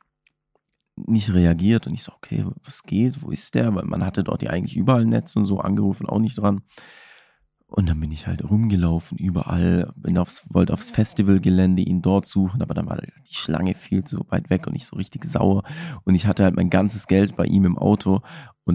nicht reagiert und ich so, okay, was geht, wo ist der, weil man hatte dort ja eigentlich überall Netz und so, angerufen, auch nicht dran und dann bin ich halt rumgelaufen, überall, bin aufs, wollte aufs Festivalgelände ihn dort suchen, aber dann war die Schlange viel zu weit weg und ich so richtig sauer und ich hatte halt mein ganzes Geld bei ihm im Auto und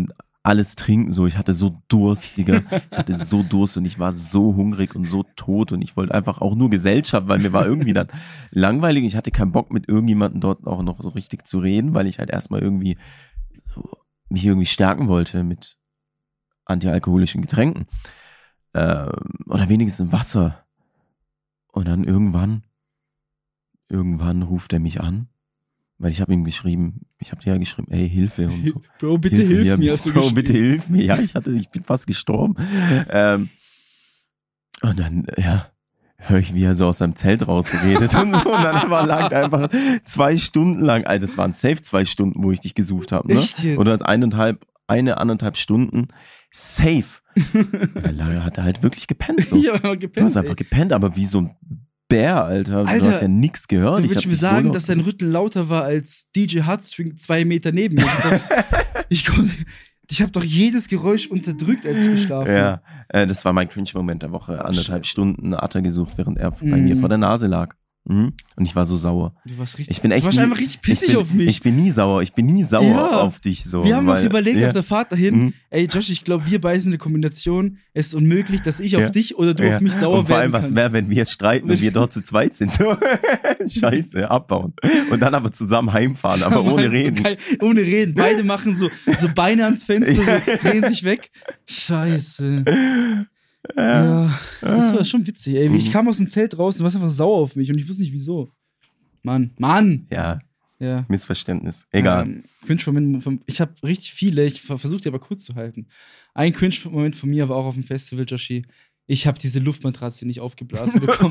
alles trinken. So, ich hatte so Durst, Digga. Ich hatte so Durst und ich war so hungrig und so tot und ich wollte einfach auch nur Gesellschaft, weil mir war irgendwie dann langweilig. Ich hatte keinen Bock mit irgendjemandem dort auch noch so richtig zu reden, weil ich halt erstmal irgendwie mich irgendwie stärken wollte mit antialkoholischen Getränken. Ähm, oder wenigstens Wasser. Und dann irgendwann, irgendwann ruft er mich an, weil ich habe ihm geschrieben, ich habe dir ja geschrieben, ey, Hilfe und so. Bro, bitte hilf, hilf mir, hast du Bro, bitte hilf mir. Ja, ich hatte, ich bin fast gestorben. ähm, und dann, ja, höre ich, wie er so aus seinem Zelt rausredet und so. Und dann war lang einfach zwei Stunden lang, Alter, das waren safe zwei Stunden, wo ich dich gesucht habe, ne? Echt jetzt? Oder eineinhalb, eine, anderthalb Stunden safe. Er hat halt wirklich gepennt, so. Ja, aber gepennt, du hast einfach ey. gepennt, aber wie so ein Bär, Alter. Alter, du hast ja nichts gehört. Du ich würdest mir sagen, so dass dein Rüttel lauter war als D J Hardstring zwei Meter neben mir. ich konnte, ich habe doch jedes Geräusch unterdrückt, als ich geschlafen habe. Ja, äh, das war mein Cringe-Moment der Woche. Ach, Anderthalb Scheiße. Stunden Atta gesucht, während er Mm. bei mir vor der Nase lag. Mhm. Und ich war so sauer. Du warst richtig, Ich bin echt du warst nie, einfach richtig pissig ich bin, auf mich. Ich bin nie sauer. Ich bin nie sauer Ja. auf dich. So, wir haben weil, noch überlegt ja. auf der Fahrt dahin, Mhm. ey Josh, ich glaube, wir beide sind eine Kombination. Es ist unmöglich, dass ich Ja. auf dich oder du Ja. auf mich sauer Und vor allem, werden was kannst. wäre, wenn wir jetzt streiten und wir dort zu zweit sind? So. Scheiße, abbauen. Und dann aber zusammen heimfahren, aber ohne reden. Kein, ohne reden. Beide machen so, so Beine ans Fenster, so, drehen sich weg. Scheiße. Ja, das war schon witzig, ey. Ich Mhm. kam aus dem Zelt raus und warst einfach sauer auf mich und ich wusste nicht wieso. Mann, Mann! Ja, Ja. Missverständnis. Egal. Ähm, Cringe-Moment, von- ich habe richtig viele, ich versuche die aber kurz zu halten. Ein Cringe-Moment von mir war auch auf dem Festival, Joshi. Ich habe diese Luftmatratze nicht aufgeblasen bekommen.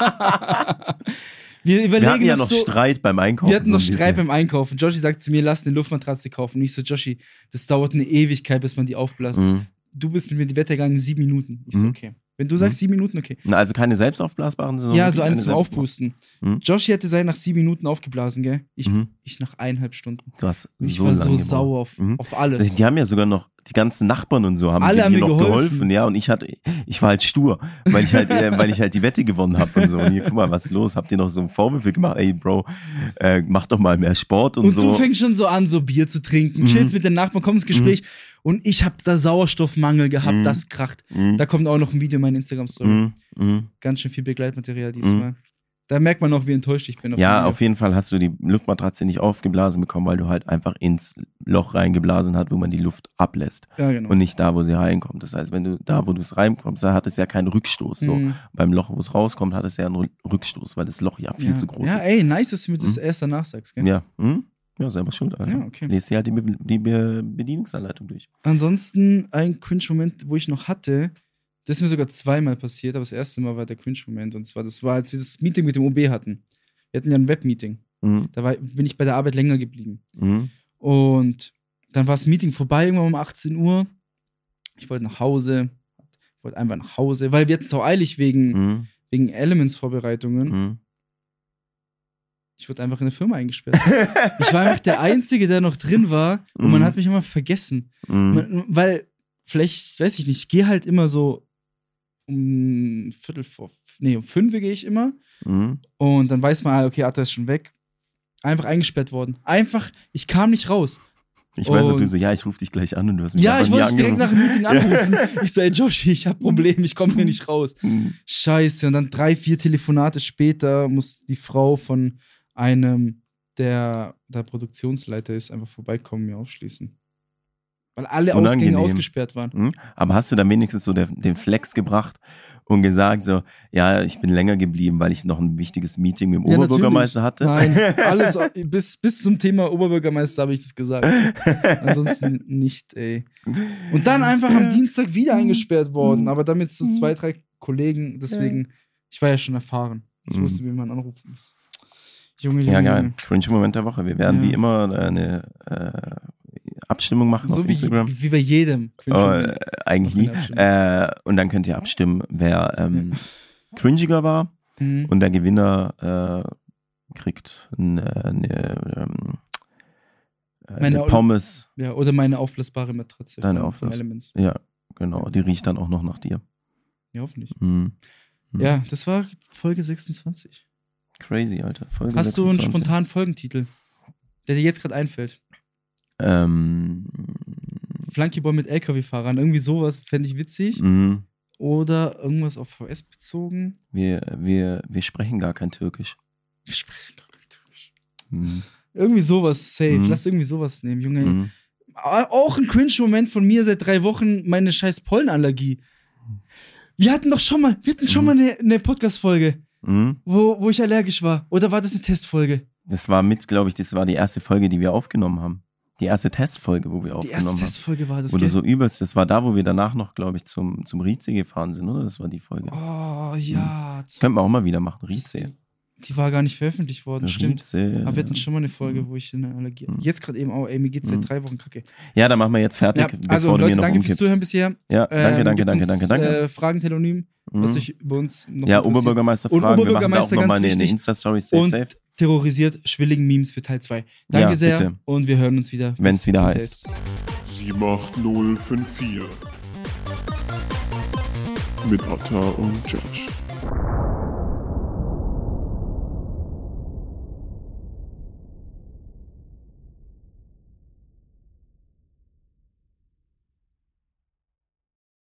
wir überlegen Wir hatten ja noch so, Streit beim Einkaufen. Wir hatten noch so ein Streit bisschen. beim Einkaufen. Joshi sagt zu mir, lass eine Luftmatratze kaufen. Und ich so, Joshi, das dauert eine Ewigkeit, bis man die aufbläst. Mhm. Du bist mit mir die Wette gegangen, sieben Minuten. Ich so, Mhm. okay. Wenn du sagst sieben Minuten, okay. Na, also keine selbstaufblasbaren, sondern Ja, wirklich so eine zum selbst- Aufpusten. Mhm. Joshi hatte seinen nach sieben Minuten aufgeblasen, gell? Ich, Mhm. ich nach eineinhalb Stunden. Du hast Und ich so war lange so gebraucht. sauer auf, Mhm. auf alles. Die haben ja sogar noch, die ganzen Nachbarn und so haben Alle mir haben hier mir noch geholfen. geholfen. Ja, und ich hatte, ich war halt stur, weil ich halt, äh, weil ich halt die Wette gewonnen habe und so. Und hier, guck mal, was ist los? Habt ihr noch so Vorwürfe gemacht? Ey, Bro, äh, mach doch mal mehr Sport und, Und so. du fängst schon so an, so Bier zu trinken, Mhm. chillst mit den Nachbarn, kommst ins Gespräch und ich hab da Sauerstoffmangel gehabt, Mhm. das kracht. Mhm. Da kommt auch noch ein Video in meine Instagram-Story. Mhm. Mhm. Ganz schön viel Begleitmaterial diesmal. Da merkt man auch, wie enttäuscht ich bin. Auf Ja, Video. auf jeden Fall hast du die Luftmatratze nicht aufgeblasen bekommen, weil du halt einfach ins Loch reingeblasen hast, wo man die Luft ablässt. Ja, genau. Und nicht da, wo sie reinkommt. Das heißt, wenn du da, wo du es reinkommst, da hat es ja keinen Rückstoß. So. Mhm. Beim Loch, wo es rauskommt, hat es ja einen Rück- Rückstoß, weil das Loch ja viel ja. zu groß ja, ist. ey, nice, dass du mir das Mhm. erst danach sagst, gell? Ja, hm? Ja, selber schuld, Alter. Ja, okay. Lest dir halt die, Be die Be Bedienungsanleitung durch. Ansonsten ein Cringe-Moment, wo ich noch hatte, das ist mir sogar zweimal passiert, aber das erste Mal war der Cringe-Moment. Und zwar, das war, als wir das Meeting mit dem O B hatten. Wir hatten ja ein Web-Meeting. Mhm. Da war, bin ich bei der Arbeit länger geblieben. Mhm. Und dann war das Meeting vorbei, irgendwann um achtzehn Uhr. Ich wollte nach Hause. Ich wollte einfach nach Hause, weil wir hatten es auch eilig wegen, Mhm. wegen Elements-Vorbereitungen. Mhm. Ich wurde einfach in eine Firma eingesperrt. Ich war einfach der Einzige, der noch drin war und man Mhm. hat mich immer vergessen. Mhm. Man, weil, vielleicht, weiß ich nicht, ich gehe halt immer so um Viertel vor, nee, um fünf gehe ich immer Mhm. und dann weiß man, ah, okay, Atta ist schon weg. Einfach eingesperrt worden. Einfach, ich kam nicht raus. Ich weiß, ob du Und- so, ja, ich rufe dich gleich an und du hast mich Ja, einfach ich nie wollte dich direkt nach angerufen. dem Meeting anrufen. Ich so, ey, Joshi, ich hab Probleme, ich komme hier nicht raus. Mhm. Scheiße. Und dann drei, vier Telefonate später muss die Frau von einem, der der Produktionsleiter ist, einfach vorbeikommen, mir aufschließen. Weil alle Unangenehm. Ausgänge ausgesperrt waren. Mhm. Aber hast du dann wenigstens so der, den Flex gebracht und gesagt so, ja, ich bin länger geblieben, weil ich noch ein wichtiges Meeting mit dem Ja, Oberbürgermeister hatte? Nein, alles, bis, bis zum Thema Oberbürgermeister habe ich das gesagt. Ansonsten nicht, ey. Und dann einfach am Dienstag wieder eingesperrt worden, aber damit so zwei, drei Kollegen, deswegen, ich war ja schon erfahren. Ich Mhm. wusste, wie man anrufen muss. Junge, Junge, Ja, geil. Junge. Cringe-Moment der Woche. Wir werden Ja. wie immer eine äh, Abstimmung machen So auf wie, Instagram. wie bei jedem. Oh, äh, eigentlich nie. Auf eine Abstimmung. Äh, und dann könnt ihr abstimmen, wer ähm, cringiger war. Mhm. Und der Gewinner äh, kriegt eine, eine, ähm, eine Meine Ol- Pommes. Ja, oder meine aufblasbare Matratze Deine von, von Aufblas- Elements. Ja, genau. Die riecht dann auch noch nach dir. Ja, hoffentlich. Mhm. Mhm. Ja, das war Folge sechsundzwanzig. Crazy, Alter. Folge Hast du einen sechsundzwanzig. spontanen Folgentitel, der dir jetzt gerade einfällt? Ähm, Flunkyball mit L K W-Fahrern. Irgendwie sowas fände ich witzig. Mhm. Oder irgendwas auf V S bezogen. Wir, wir, wir sprechen gar kein Türkisch. Wir sprechen gar kein Türkisch. Mhm. Irgendwie sowas, safe. Mhm. Lass irgendwie sowas nehmen, Junge. Mhm. Auch ein Cringe-Moment von mir seit drei Wochen, meine scheiß Pollenallergie. Wir hatten doch schon mal, wir hatten schon Mhm. mal eine, eine Podcast-Folge, Mhm. wo, wo ich allergisch war. Oder war das eine Testfolge? Das war mit, glaube ich, das war die erste Folge, die wir aufgenommen haben. Die erste Testfolge, wo wir Die erste aufgenommen haben. Testfolge war das, Oder gell? so übers, das war da, wo wir danach noch, glaube ich, zum, zum Rize gefahren sind, oder? Das war die Folge. Oh, ja. Das könnten wir auch mal wieder machen, Das ist Rize. Die, die war gar nicht veröffentlicht worden, stimmt. Rize. Aber wir hatten schon mal eine Folge, Mhm. wo ich eine Allergie Mhm. Jetzt gerade eben auch, ey, mir geht's seit Mhm. drei Wochen kacke. Ja, dann machen wir jetzt fertig, Ja, bevor also du Leute, mir noch danke fürs umkippst. Zuhören bisher. Ja, danke, Ähm, danke, gebt danke, uns, danke, danke. Äh, Fragen telonym, was Mhm. euch über uns noch Ja, interessiert. Oberbürgermeister Und fragen, wir machen da auch Oberbürgermeister, nochmal ganz eine, eine wichtig. Insta-Story, safe, Und safe. terrorisiert schwilligen Memes für Teil zwei. Danke Ja, sehr bitte. und wir hören uns wieder. Wenn's Bis wieder ganz heißt. jetzt. sieben acht null fünf vier mit Atta und Josh.